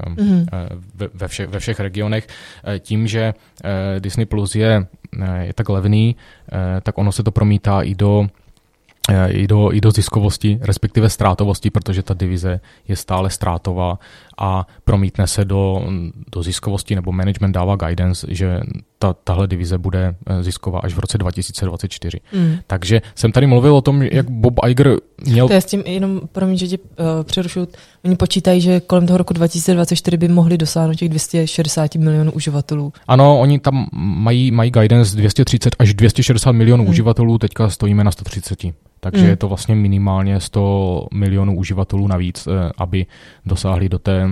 [SPEAKER 2] ve všech regionech. Tím, že Disney Plus je tak levný, tak ono se to promítá i do ziskovosti, respektive ztrátovosti, protože ta divize je stále ztrátová a promítne se do ziskovosti, nebo management dává guidance, že tahle divize bude zisková až v roce 2024. Takže jsem tady mluvil o tom, jak Bob Iger měl...
[SPEAKER 1] To je s tím jenom, promiň, že tě přerušuju, oni počítají, že kolem toho roku 2024 by mohli dosáhnout těch 260 milionů uživatelů.
[SPEAKER 2] Ano, oni tam mají guidance 230 až 260 milionů uživatelů, teďka stojíme na 130. Takže je to vlastně minimálně 100 milionů uživatelů navíc, aby dosáhli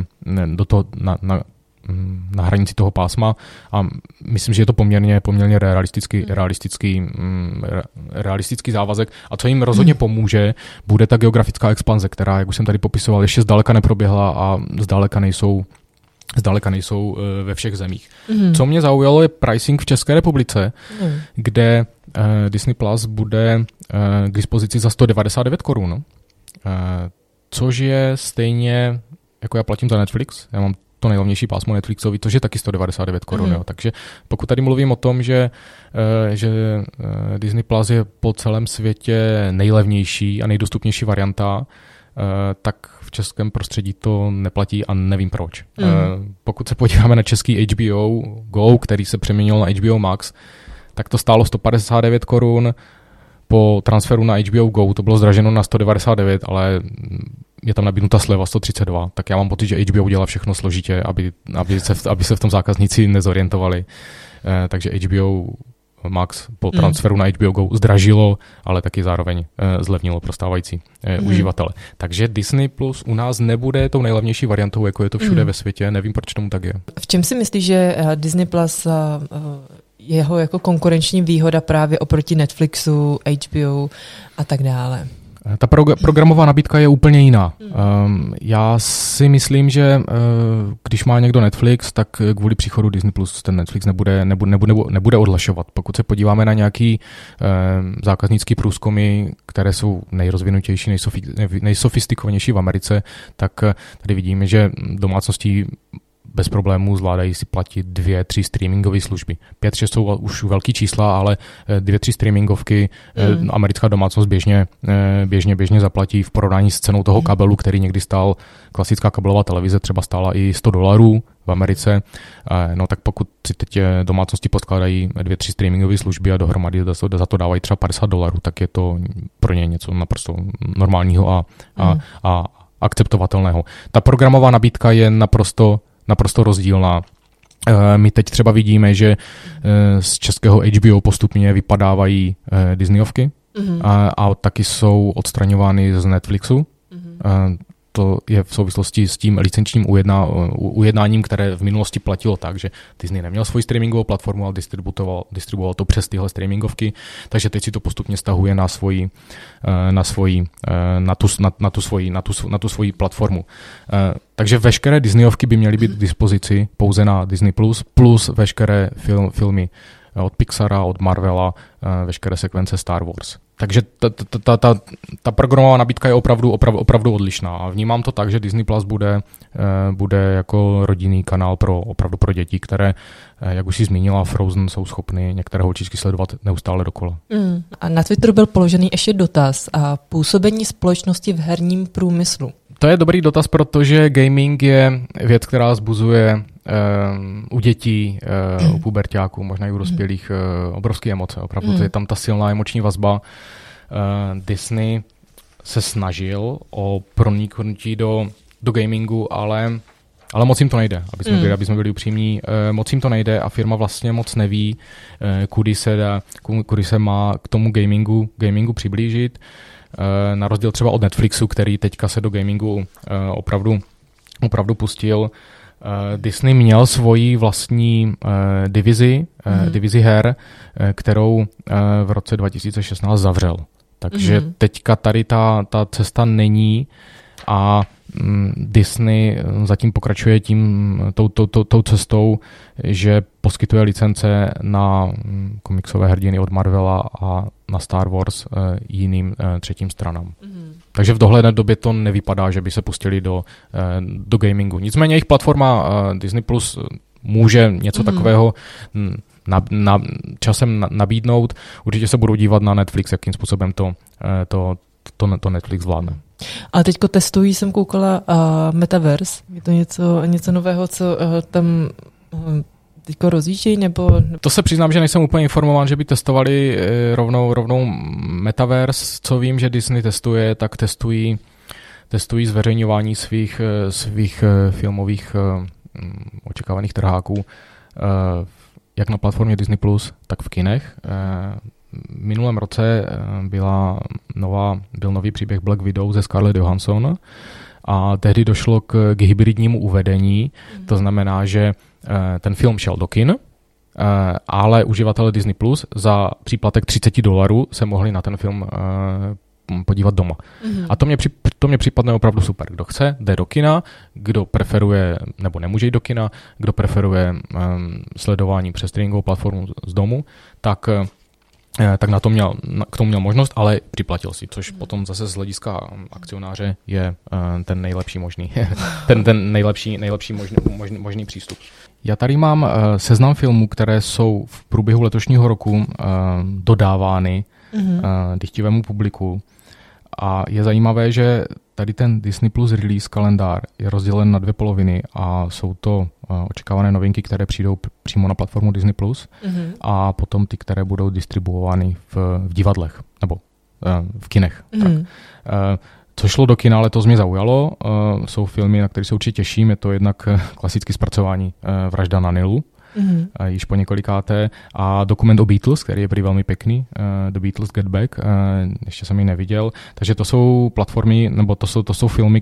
[SPEAKER 2] na hranici toho pásma a myslím, že je to poměrně realistický závazek a co jim rozhodně pomůže, bude ta geografická expanze, která, jak už jsem tady popisoval, ještě zdaleka neproběhla a zdaleka nejsou ve všech zemích. Co mě zaujalo je pricing v České republice, kde Disney Plus bude k dispozici za 199 korun, což je stejně, jako já platím za Netflix, já mám to nejlevnější pásmo Netflixový, což je taky 199 korun. Takže pokud tady mluvím o tom, že Disney Plus je po celém světě nejlevnější a nejdostupnější varianta, tak v českém prostředí to neplatí a nevím proč. Pokud se podíváme na český HBO Go, který se přeměnil na HBO Max, tak to stálo 159 korun, po transferu na HBO Go to bylo zdraženo na 199, ale je tam nabídnuta sleva 132, tak já mám pocit, že HBO dělá všechno složitě, aby se v tom zákazníci nezorientovali. Takže HBO Max po transferu na HBO Go zdražilo, ale taky zároveň zlevnilo pro stávající uživatele. Takže Disney Plus u nás nebude tou nejlevnější variantou, jako je to všude ve světě. Nevím, proč tomu tak je.
[SPEAKER 1] V čem si myslíš, že Disney Plus jeho jako konkurenční výhoda právě oproti Netflixu, HBO a tak dále?
[SPEAKER 2] Ta programová nabídka je úplně jiná. Já si myslím, že když má někdo Netflix, tak kvůli příchodu Disney Plus ten Netflix nebude odhlašovat. Pokud se podíváme na nějaký zákaznický průzkumy, které jsou nejrozvinutější, nejsofistikovanější v Americe, tak tady vidíme, že domácnosti bez problémů zvládají si platit 2-3 streamingové služby. 5-6 jsou už velký čísla, ale 2-3 streamingovky americká domácnost běžně zaplatí v porovnání s cenou toho kabelu, který někdy stál, klasická kabelová televize třeba stála i $100 v Americe. No tak pokud si teď domácnosti podkládají 2-3 streamingové služby a dohromady za to dávají třeba $50, tak je to pro ně něco naprosto normálního a akceptovatelného. Ta programová nabídka je naprosto rozdílná. My teď třeba vidíme, že z českého HBO postupně vypadávají Disneyovky a taky jsou odstraňovány z Netflixu. to je v souvislosti s tím licenčním ujednáním, které v minulosti platilo tak, že Disney neměl svoji streamingovou platformu, ale distribuoval to přes tyhle streamingovky, takže teď si to postupně stahuje na tu svoji platformu. Takže veškeré Disneyovky by měly být k dispozici pouze na Disney+, plus veškeré filmy od Pixara, od Marvela, veškeré sekvence Star Wars. Takže ta programová nabídka je opravdu odlišná. A vnímám to tak, že Disney Plus bude jako rodinný kanál opravdu pro děti, které, jak už si zmínila, Frozen jsou schopny některé holčičky sledovat neustále dokola.
[SPEAKER 1] A na Twitteru byl položený ještě dotaz a působení společnosti v herním průmyslu.
[SPEAKER 2] To je dobrý dotaz, protože gaming je věc, která vzbuzuje u dětí, u puberťáků, možná i u dospělých obrovské emoce. Opravdu je tam ta silná emoční vazba. Disney se snažil o proniknutí do gamingu, ale moc jim to nejde, aby jsme byli upřímní. Moc jim to nejde a firma vlastně moc neví, kudy se má k tomu gamingu přiblížit. Na rozdíl třeba od Netflixu, který teďka se do gamingu opravdu pustil. Disney měl svoji vlastní divizi her, kterou v roce 2016 zavřel. Takže teďka tady ta cesta není a Disney zatím pokračuje tou cestou, že poskytuje licence na komiksové hrdiny od Marvela a na Star Wars jiným třetím stranám. Takže v dohledné době to nevypadá, že by se pustili do gamingu. Nicméně jejich platforma Disney Plus může něco takového časem nabídnout. Určitě se budou dívat na Netflix, jakým způsobem to Netflix vládne.
[SPEAKER 1] A teďko testují, jsem koukala, Metaverse. Je to něco nového, co tam teďko rozjíždějí, nebo...
[SPEAKER 2] To se přiznám, že nejsem úplně informován, že by testovali rovnou Metaverse. Co vím, že Disney testuje, tak testují zveřejňování svých filmových očekávaných trháků jak na platformě Disney+, tak v kinech. V minulém roce byl nový příběh Black Widow ze Scarlett Johansson a tehdy došlo k hybridnímu uvedení. To znamená, že ten film šel do kin, ale uživatelé Disney Plus za příplatek $30 se mohli na ten film podívat doma. A to mě připadne opravdu super. Kdo chce, jde do kina, kdo preferuje, nebo nemůže jít do kina, kdo preferuje sledování přes streamingovou platformu z domu, tak k tomu měl možnost, ale připlatil si, což potom zase z hlediska akcionáře je ten nejlepší možný, ten nejlepší možný přístup. Já tady mám seznam filmů, které jsou v průběhu letošního roku dodávány dychtivému publiku. A je zajímavé, že tady ten Disney Plus release kalendár je rozdělen na 2 poloviny a jsou to očekávané novinky, které přijdou přímo na platformu Disney Plus a potom ty, které budou distribuovány v divadlech nebo v kinech. Tak. Co šlo do kina, letos mě zaujalo, jsou filmy, na které se určitě těším. Je to jednak klasické zpracování Vražda na Nilu, již po několikáté, a dokument o Beatles, který je prý velmi pěkný, The Beatles Get Back, ještě jsem ji neviděl, takže to jsou platformy, nebo to jsou filmy,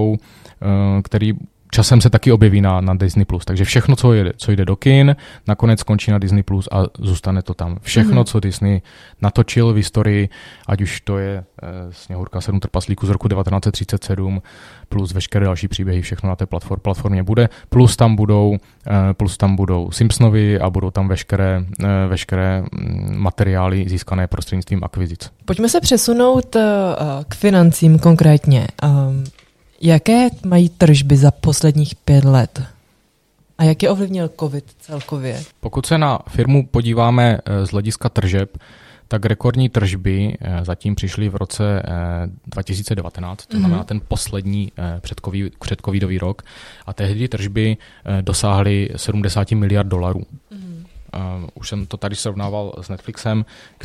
[SPEAKER 2] který časem se taky objeví na Disney+. Takže všechno, co jde do kin, nakonec skončí na Disney+, a zůstane to tam. Všechno, co Disney natočil v historii, ať už to je Sněhurka 7 trpaslíků z roku 1937, plus veškeré další příběhy, všechno na té platformě bude, plus tam budou Simpsonovi a budou tam veškeré materiály získané prostřednictvím akvizic.
[SPEAKER 1] Pojďme se přesunout k financím konkrétně. Jaké mají tržby za posledních 5 let? A jak je ovlivnil COVID celkově?
[SPEAKER 2] Pokud se na firmu podíváme z hlediska tržeb, tak rekordní tržby zatím přišly v roce 2019, to znamená ten poslední předcovidový rok, a tehdy tržby dosáhly $70 miliard. Už jsem to tady srovnával s Netflixem,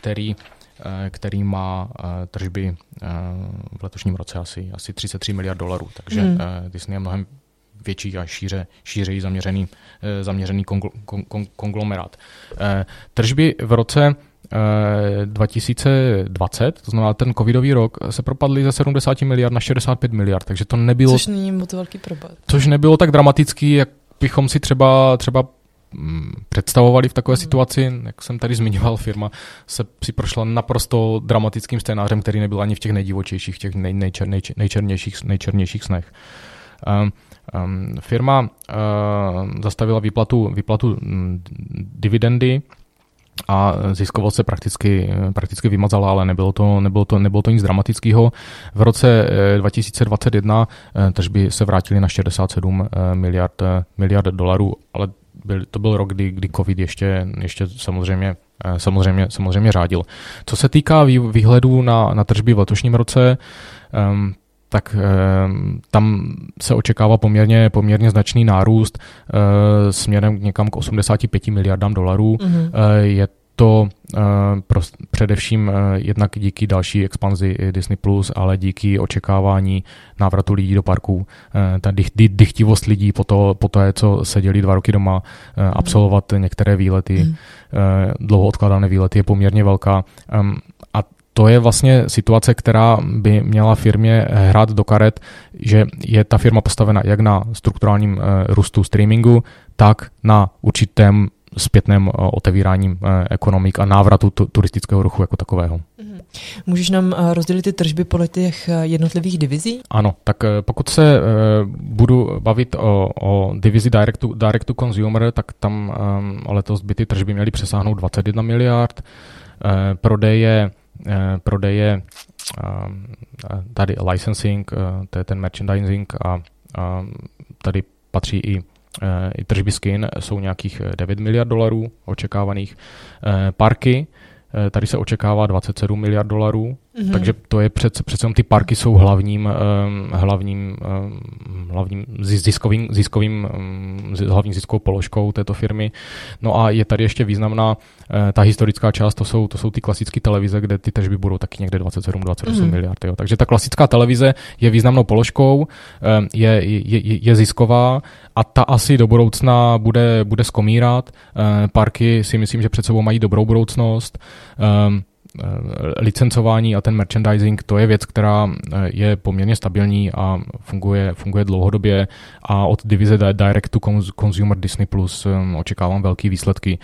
[SPEAKER 2] který má tržby v letošním roce asi $33 miliard, takže Disney je mnohem větší a šířeji zaměřený konglomerát. Tržby v roce 2020, to znamená ten covidový rok, se propadly ze 70 miliard na 65 miliard, takže to nebylo...
[SPEAKER 1] Což není moc velký propad.
[SPEAKER 2] Což nebylo tak dramatický, jak bychom si třeba představovali v takové situaci, jak jsem tady zmiňoval, firma si prošla naprosto dramatickým scénářem, který nebyl ani v těch nejdivočejších, těch nejčernějších snech. Firma zastavila výplatu dividendy a ziskovost se prakticky vymazala, ale nebylo to nic dramatického. V roce 2021 tržby se vrátily na 67 miliard dolarů, ale to byl rok, kdy covid ještě samozřejmě řádil. Co se týká výhledů na tržby v letošním roce, tak tam se očekává poměrně značný nárůst směrem někam k 85 miliardám dolarů. Je to především jednak díky další expanzi Disney+, ale díky očekávání návratu lidí do parků. Ta dychtivost lidí po to, co seděli 2 roky doma, absolvovat některé výlety, dlouho odkládané výlety je poměrně velká. A to je vlastně situace, která by měla firmě hrát do karet, že je ta firma postavena jak na strukturálním růstu streamingu, tak na určitém zpětném otevíráním ekonomik a návratu turistického ruchu jako takového.
[SPEAKER 1] Můžeš nám rozdělit ty tržby podle těch jednotlivých divizí?
[SPEAKER 2] Ano, tak pokud se budu bavit o divizi direct to consumer, tak tam letos by ty tržby měly přesáhnout 21 miliard. Prodeje tady licensing, to je ten merchandising a tady patří i tržby skin, jsou nějakých 9 miliard dolarů očekávaných. Parky, tady se očekává 27 miliard dolarů, takže to je přece ty parky jsou hlavní ziskovou položkou této firmy. No a je tady ještě významná ta historická část, to jsou ty klasické televize, kde ty tržby budou taky někde 27-28 miliard. Jo. Takže ta klasická televize je významnou položkou, je zisková a ta asi do budoucna bude skomírat. Parky si myslím, že před sebou mají dobrou budoucnost. Licencování a ten merchandising, to je věc, která je poměrně stabilní a funguje dlouhodobě a od divize Direct to Consumer Disney Plus očekávám velké výsledky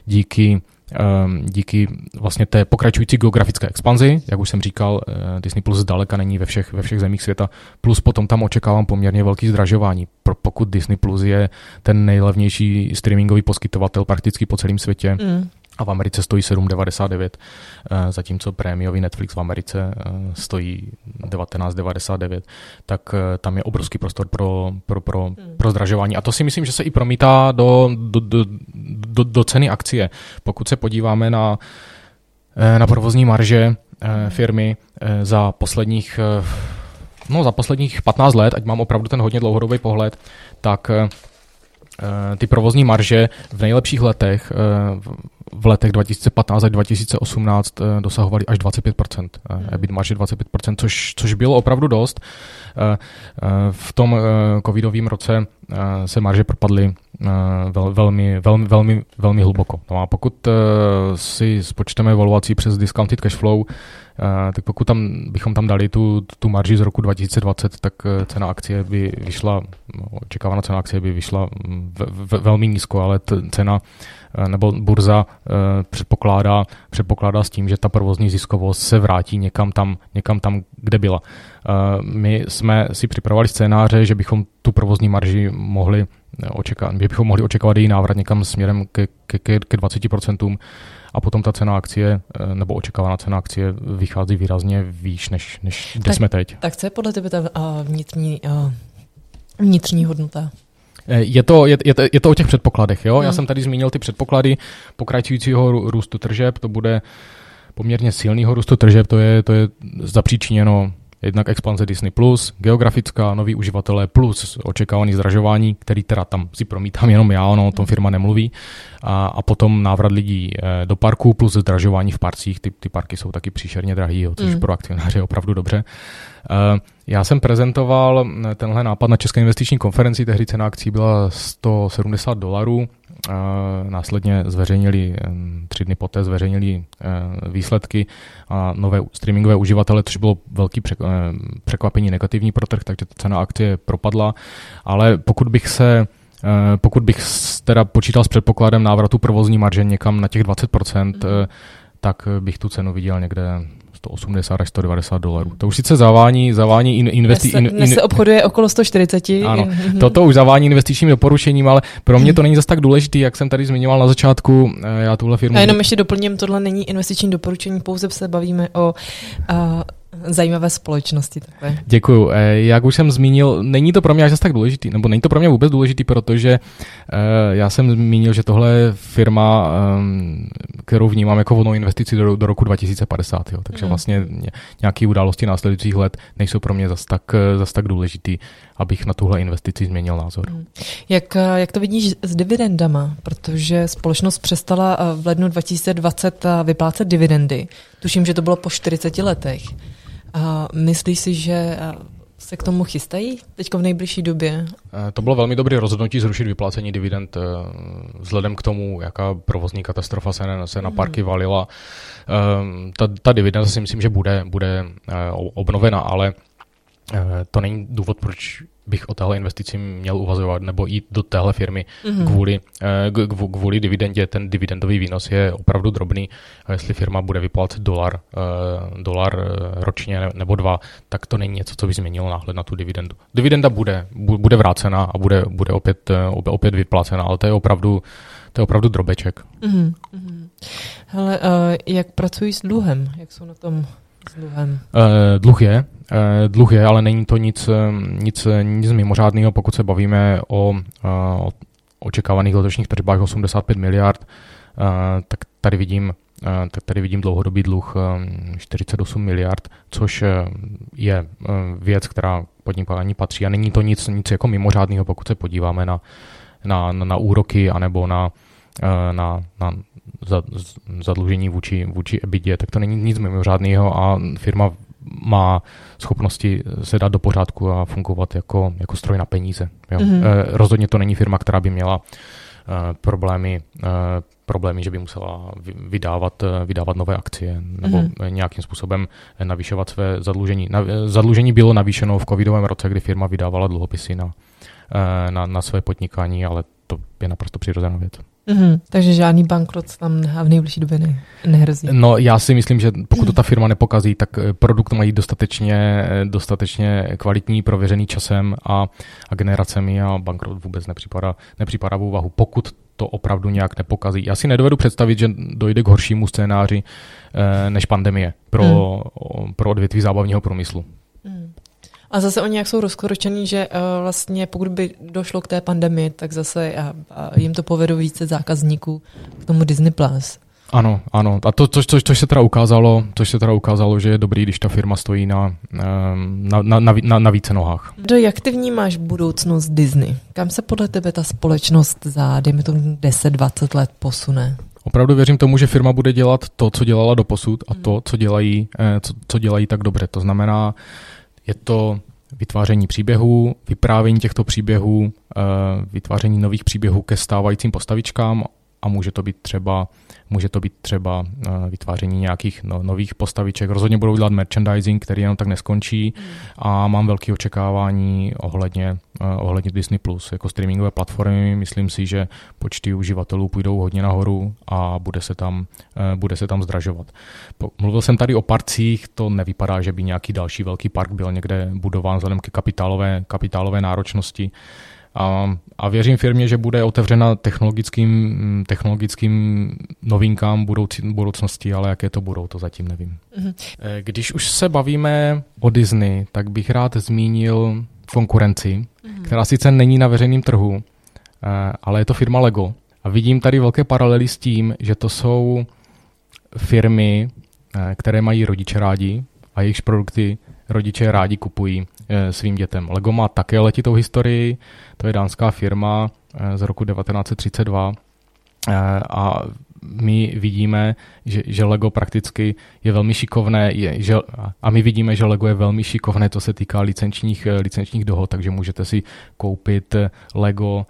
[SPEAKER 2] díky vlastně té pokračující geografické expanzi, jak už jsem říkal, Disney Plus zdaleka není ve všech zemích světa, plus potom tam očekávám poměrně velký zdražování. Pokud Disney Plus je ten nejlevnější streamingový poskytovatel prakticky po celém světě, a v Americe stojí $7,99, zatímco prémiový Netflix v Americe stojí $19,99, tak tam je obrovský prostor pro zdražování. A to si myslím, že se i promítá do ceny akcie. Pokud se podíváme na provozní marže firmy za posledních 15 let, ať mám opravdu ten hodně dlouhodobý pohled, tak ty provozní marže v nejlepších letech, v letech 2015 až 2018 dosahovaly až 25%. EBIT marže 25%, což bylo opravdu dost. V tom covidovém roce se marže propadly velmi hluboko. No a pokud si spočteme evaluací přes discounted cash flow, tak pokud bychom tam dali tu marži z roku 2020, tak cena akcie by vyšla, očekávaná cena akcie by vyšla velmi nízko, ale cena nebo burza předpokládá s tím, že ta provozní ziskovost se vrátí někam tam, kde byla. My jsme si připravovali scénáře, že bychom tu provozní marži mohli očekávat její návrat někam směrem ke 20%, a potom ta cena akcie, nebo očekávaná cena akcie vychází výrazně výš, než kde jsme teď.
[SPEAKER 1] Tak co je podle tebe ta vnitřní hodnota?
[SPEAKER 2] Je to o těch předpokladech. Jo? Já jsem tady zmínil ty předpoklady pokračujícího růstu tržeb, to bude poměrně silného růstu tržeb, to je zapříčiněno jednak expanze Disney+, geografická, noví uživatelé plus očekávaný zdražování, který teda tam si promítám jenom já, o tom firma nemluví, a potom návrat lidí do parku plus zdražování v parcích. Ty parky jsou taky příšerně drahý, což pro akcionáře je opravdu dobře. Já jsem prezentoval tenhle nápad na České investiční konferenci, tehdy cena akcí byla $170. následně zveřejnili, 3 dny poté zveřejnili výsledky a nové streamingové uživatele, což bylo velký překvapení negativní pro trh, takže cena akcie propadla, ale pokud bych teda počítal s předpokladem návratu provozní marže někam na těch 20%, tak bych tu cenu viděl někde 180 až 190 dolarů. To už sice zavání
[SPEAKER 1] dnes se obchoduje okolo 140.
[SPEAKER 2] Ano, toto už zavání investičním doporučením, ale pro mě to není zas tak důležitý, jak jsem tady zmiňoval na začátku. Já tuhle firmu...
[SPEAKER 1] A jenom ještě doplním, tohle není investiční doporučení, pouze se bavíme o zajímavé společnosti. Takové.
[SPEAKER 2] Děkuju. Jak už jsem zmínil, není to pro mě až zas tak důležitý, nebo není to pro mě vůbec důležitý, protože já jsem zmínil, že tohle je firma, kterou vnímám jako volnou investici do roku 2050. Jo. Takže vlastně nějaké události následujících let nejsou pro mě zas tak důležitý, abych na tuhle investici změnil názor.
[SPEAKER 1] Jak to vidíš s dividendama? Protože společnost přestala v lednu 2020 vyplácet dividendy. Tuším, že to bylo po 40 letech. Myslíš si, že se k tomu chystají teď v nejbližší době?
[SPEAKER 2] To bylo velmi dobré rozhodnutí zrušit vyplácení dividend vzhledem k tomu, jaká provozní katastrofa se na parky valila. Ta dividenda si myslím, že bude obnovena, ale to není důvod, proč bych o téhle investici měl uvazovat nebo jít do téhle firmy kvůli dividendě. Ten dividendový výnos je opravdu drobný a jestli firma bude vyplácet dolar ročně nebo 2, tak to není něco, co by změnilo náhled na tu dividendu. Dividenda bude vrácena a bude opět vyplácena, ale to je opravdu drobeček.
[SPEAKER 1] Hele, jak pracují s dluhem? Jak jsou na tom s dluhem?
[SPEAKER 2] Dluh je, ale není to nic mimořádného, pokud se bavíme o očekávaných letošních tržbách 85 miliard, tak tady vidím dlouhodobý dluh 48 miliard, což je věc, která podnikání patří a není to nic jako mimořádného, pokud se podíváme na úroky anebo na zadlužení vůči EBITDA, tak to není nic mimořádného a firma má schopnosti se dát do pořádku a fungovat jako stroj na peníze. Jo. Rozhodně to není firma, která by měla problémy, že by musela vydávat nové akcie nebo nějakým způsobem navyšovat své zadlužení. Zadlužení bylo navýšeno v covidovém roce, kdy firma vydávala dluhopisy na své podnikání, ale to je naprosto přirozená věc.
[SPEAKER 1] Takže žádný bankrot tam v nejbližší době nehrozí.
[SPEAKER 2] No, já si myslím, že pokud to ta firma nepokazí, tak produkt mají dostatečně kvalitní, prověřený časem a generacemi a bankrot vůbec nepřipadá v úvahu, pokud to opravdu nějak nepokazí. Já si nedovedu představit, že dojde k horšímu scénáři než pandemie pro odvětví zábavního průmyslu.
[SPEAKER 1] A zase oni jak jsou rozkročení, že vlastně pokud by došlo k té pandemii, tak zase jim to povedou více zákazníků k tomu Disney+.
[SPEAKER 2] Ano. A což se teda ukázalo, že je dobrý, když ta firma stojí na více nohách.
[SPEAKER 1] Jak ty vnímáš budoucnost Disney? Kam se podle tebe ta společnost za, dejme tomu 10-20 let posune?
[SPEAKER 2] Opravdu věřím tomu, že firma bude dělat to, co dělala doposud a to, co dělají tak dobře. To znamená, je to vytváření příběhů, vyprávění těchto příběhů, vytváření nových příběhů ke stávajícím postavičkám a může to být třeba vytváření nějakých nových postaviček. Rozhodně budou dělat merchandising, který jenom tak neskončí a mám velké očekávání ohledně Disney+. Jako streamingové platformy myslím si, že počty uživatelů půjdou hodně nahoru a bude se tam zdražovat. Mluvil jsem tady o parcích, to nevypadá, že by nějaký další velký park byl někde budován vzhledem ke kapitálové náročnosti. A věřím firmě, že bude otevřena technologickým novinkám budoucnosti, ale jaké to budou, to zatím nevím. Když už se bavíme o Disney, tak bych rád zmínil konkurenci, která sice není na veřejném trhu, ale je to firma Lego. A vidím tady velké paralely s tím, že to jsou firmy, které mají rodiče rádi a jejichž produkty rodiče rádi kupují svým dětem. Lego má také letitou historii, to je dánská firma z roku 1932 a my vidíme, že Lego prakticky je velmi šikovné a my vidíme, že Lego je velmi šikovné, to se týká licenčních dohod, takže můžete si koupit Lego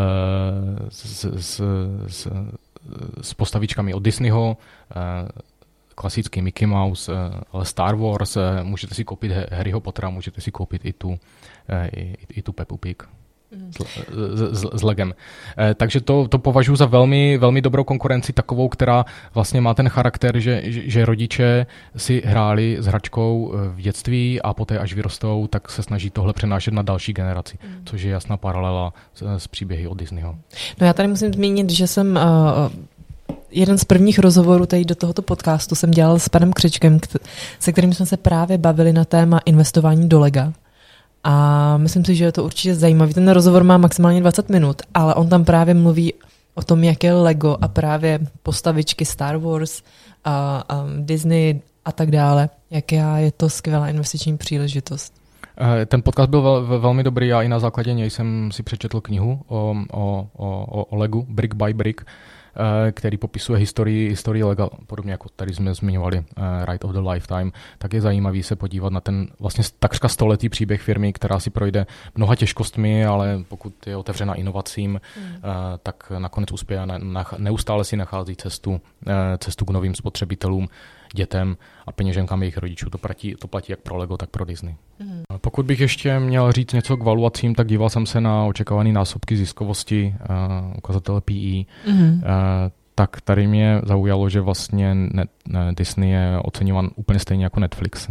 [SPEAKER 2] s postavičkami od Disneyho, klasický Mickey Mouse, ale Star Wars, můžete si koupit Harryho Pottera, můžete si koupit i tu Peppu Pig s Legem. Takže to považuji za velmi, velmi dobrou konkurenci, takovou, která vlastně má ten charakter, že rodiče si hráli s hračkou v dětství a poté, až vyrostou, tak se snaží tohle přenášet na další generaci, což je jasná paralela s příběhy od Disneyho.
[SPEAKER 1] No já tady musím zmínit, že jsem jeden z prvních rozhovorů tady do tohoto podcastu jsem dělal s panem Křečkem, se kterým jsme se právě bavili na téma investování do Lega. A myslím si, že je to určitě zajímavý. Ten rozhovor má maximálně 20 minut, ale on tam právě mluví o tom, jak je Lego a právě postavičky Star Wars a Disney a tak dále. Jaká je to skvělá investiční příležitost.
[SPEAKER 2] Ten podcast byl velmi dobrý a i na základě něj jsem si přečetl knihu o Legu, Brick by Brick, který popisuje historii Lega, podobně jako tady jsme zmiňovali Ride of the Lifetime, tak je zajímavý se podívat na ten vlastně takřka stoletý příběh firmy, která si projde mnoha těžkostmi, ale pokud je otevřena inovacím, tak nakonec uspěje a neustále si nachází cestu k novým spotřebitelům, dětem a peněženkám jejich rodičů. To platí jak pro Lego, tak pro Disney. Pokud bych ještě měl říct něco k valuacím, tak díval jsem se na očekávané násobky ziskovosti, ukazatele PE. Tak tady mě zaujalo, že vlastně Disney je oceňovan úplně stejně jako Netflix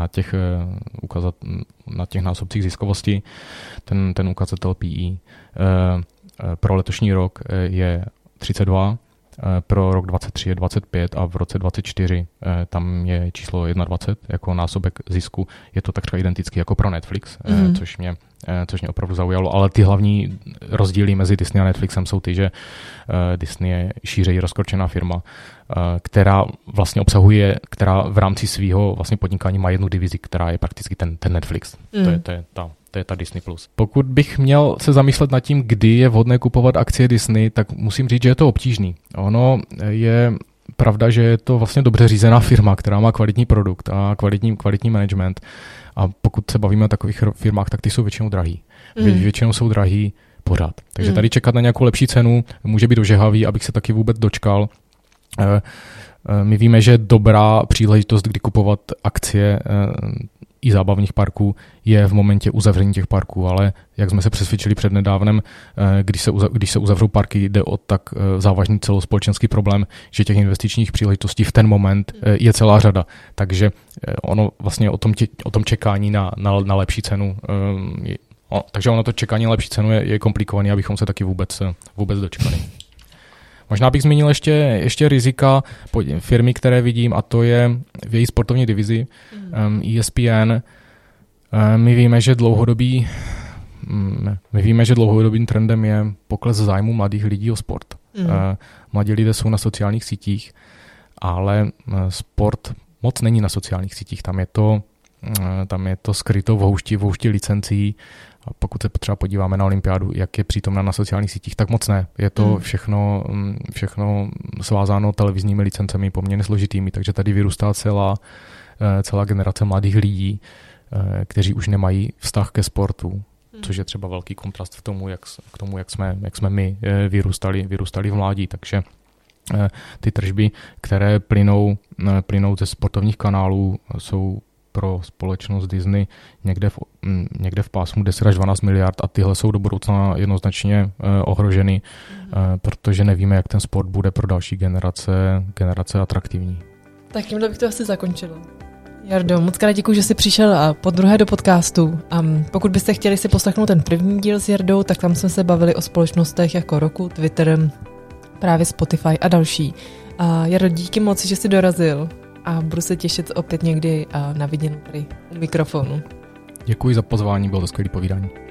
[SPEAKER 2] na těch násobcích ziskovosti. Ten ukazatel PE pro letošní rok je 32, pro rok 23 je 25 a v roce 24 tam je číslo 21 jako násobek zisku. Je to takřka identický jako pro Netflix, což mě opravdu zaujalo, ale ty hlavní rozdíly mezi Disney a Netflixem jsou ty, že Disney je šířeji rozkročená firma, která vlastně která v rámci svého vlastně podnikání má jednu divizi, která je prakticky ten Netflix. To je ta Disney+. Pokud bych měl se zamyslet nad tím, kdy je vhodné kupovat akcie Disney, tak musím říct, že je to obtížný. Ono je pravda, že je to vlastně dobře řízená firma, která má kvalitní produkt a kvalitní management. A pokud se bavíme o takových firmách, tak ty jsou většinou drahý. Většinou jsou drahý pořád. Takže tady čekat na nějakou lepší cenu může být ožehavý, abych se taky vůbec dočkal. My víme, že dobrá příležitost, kdy kupovat akcie i zábavních parků je v momentě uzavření těch parků, ale jak jsme se přesvědčili přednedávnem, když se uzavřou parky, jde o tak závažný celospolečenský problém, že těch investičních příležitostí v ten moment je celá řada. Takže ono vlastně o tom čekání na lepší cenu, takže ono to čekání na lepší cenu je komplikované, abychom se taky vůbec dočkali. Možná bych zmínil ještě rizika firmy, které vidím, a to je v její sportovní divizi ESPN. My víme, že dlouhodobým trendem je pokles zájmu mladých lidí o sport. Mladí lidé jsou na sociálních sítích, ale sport moc není na sociálních sítích. Tam je to skryto v houšti licencí. A pokud se třeba podíváme na olympiádu, jak je přítomná na sociálních sítích, tak moc ne. Je to všechno svázáno televizními licencemi poměrně složitými, takže tady vyrůstá celá generace mladých lidí, kteří už nemají vztah ke sportu, což je třeba velký kontrast k tomu, jak jsme my vyrůstali v mládí. Takže ty tržby, které plynou ze sportovních kanálů, jsou pro společnost Disney někde v pásmu 10 až 12 miliard a tyhle jsou do budoucna jednoznačně ohroženy, protože nevíme, jak ten sport bude pro další generace atraktivní.
[SPEAKER 1] Tak tímhle bych to asi zakončila. Jardo, moc krát děkuji, že jsi přišel podruhé do podcastu. Pokud byste chtěli si poslechnout ten první díl s Jardou, tak tam jsme se bavili o společnostech jako Roku, Twitter, právě Spotify a další. Jardo, díky moc, že jsi dorazil. A budu se těšit opět někdy na viděnou tady u mikrofonu.
[SPEAKER 2] Děkuji za pozvání, bylo to skvělé povídání.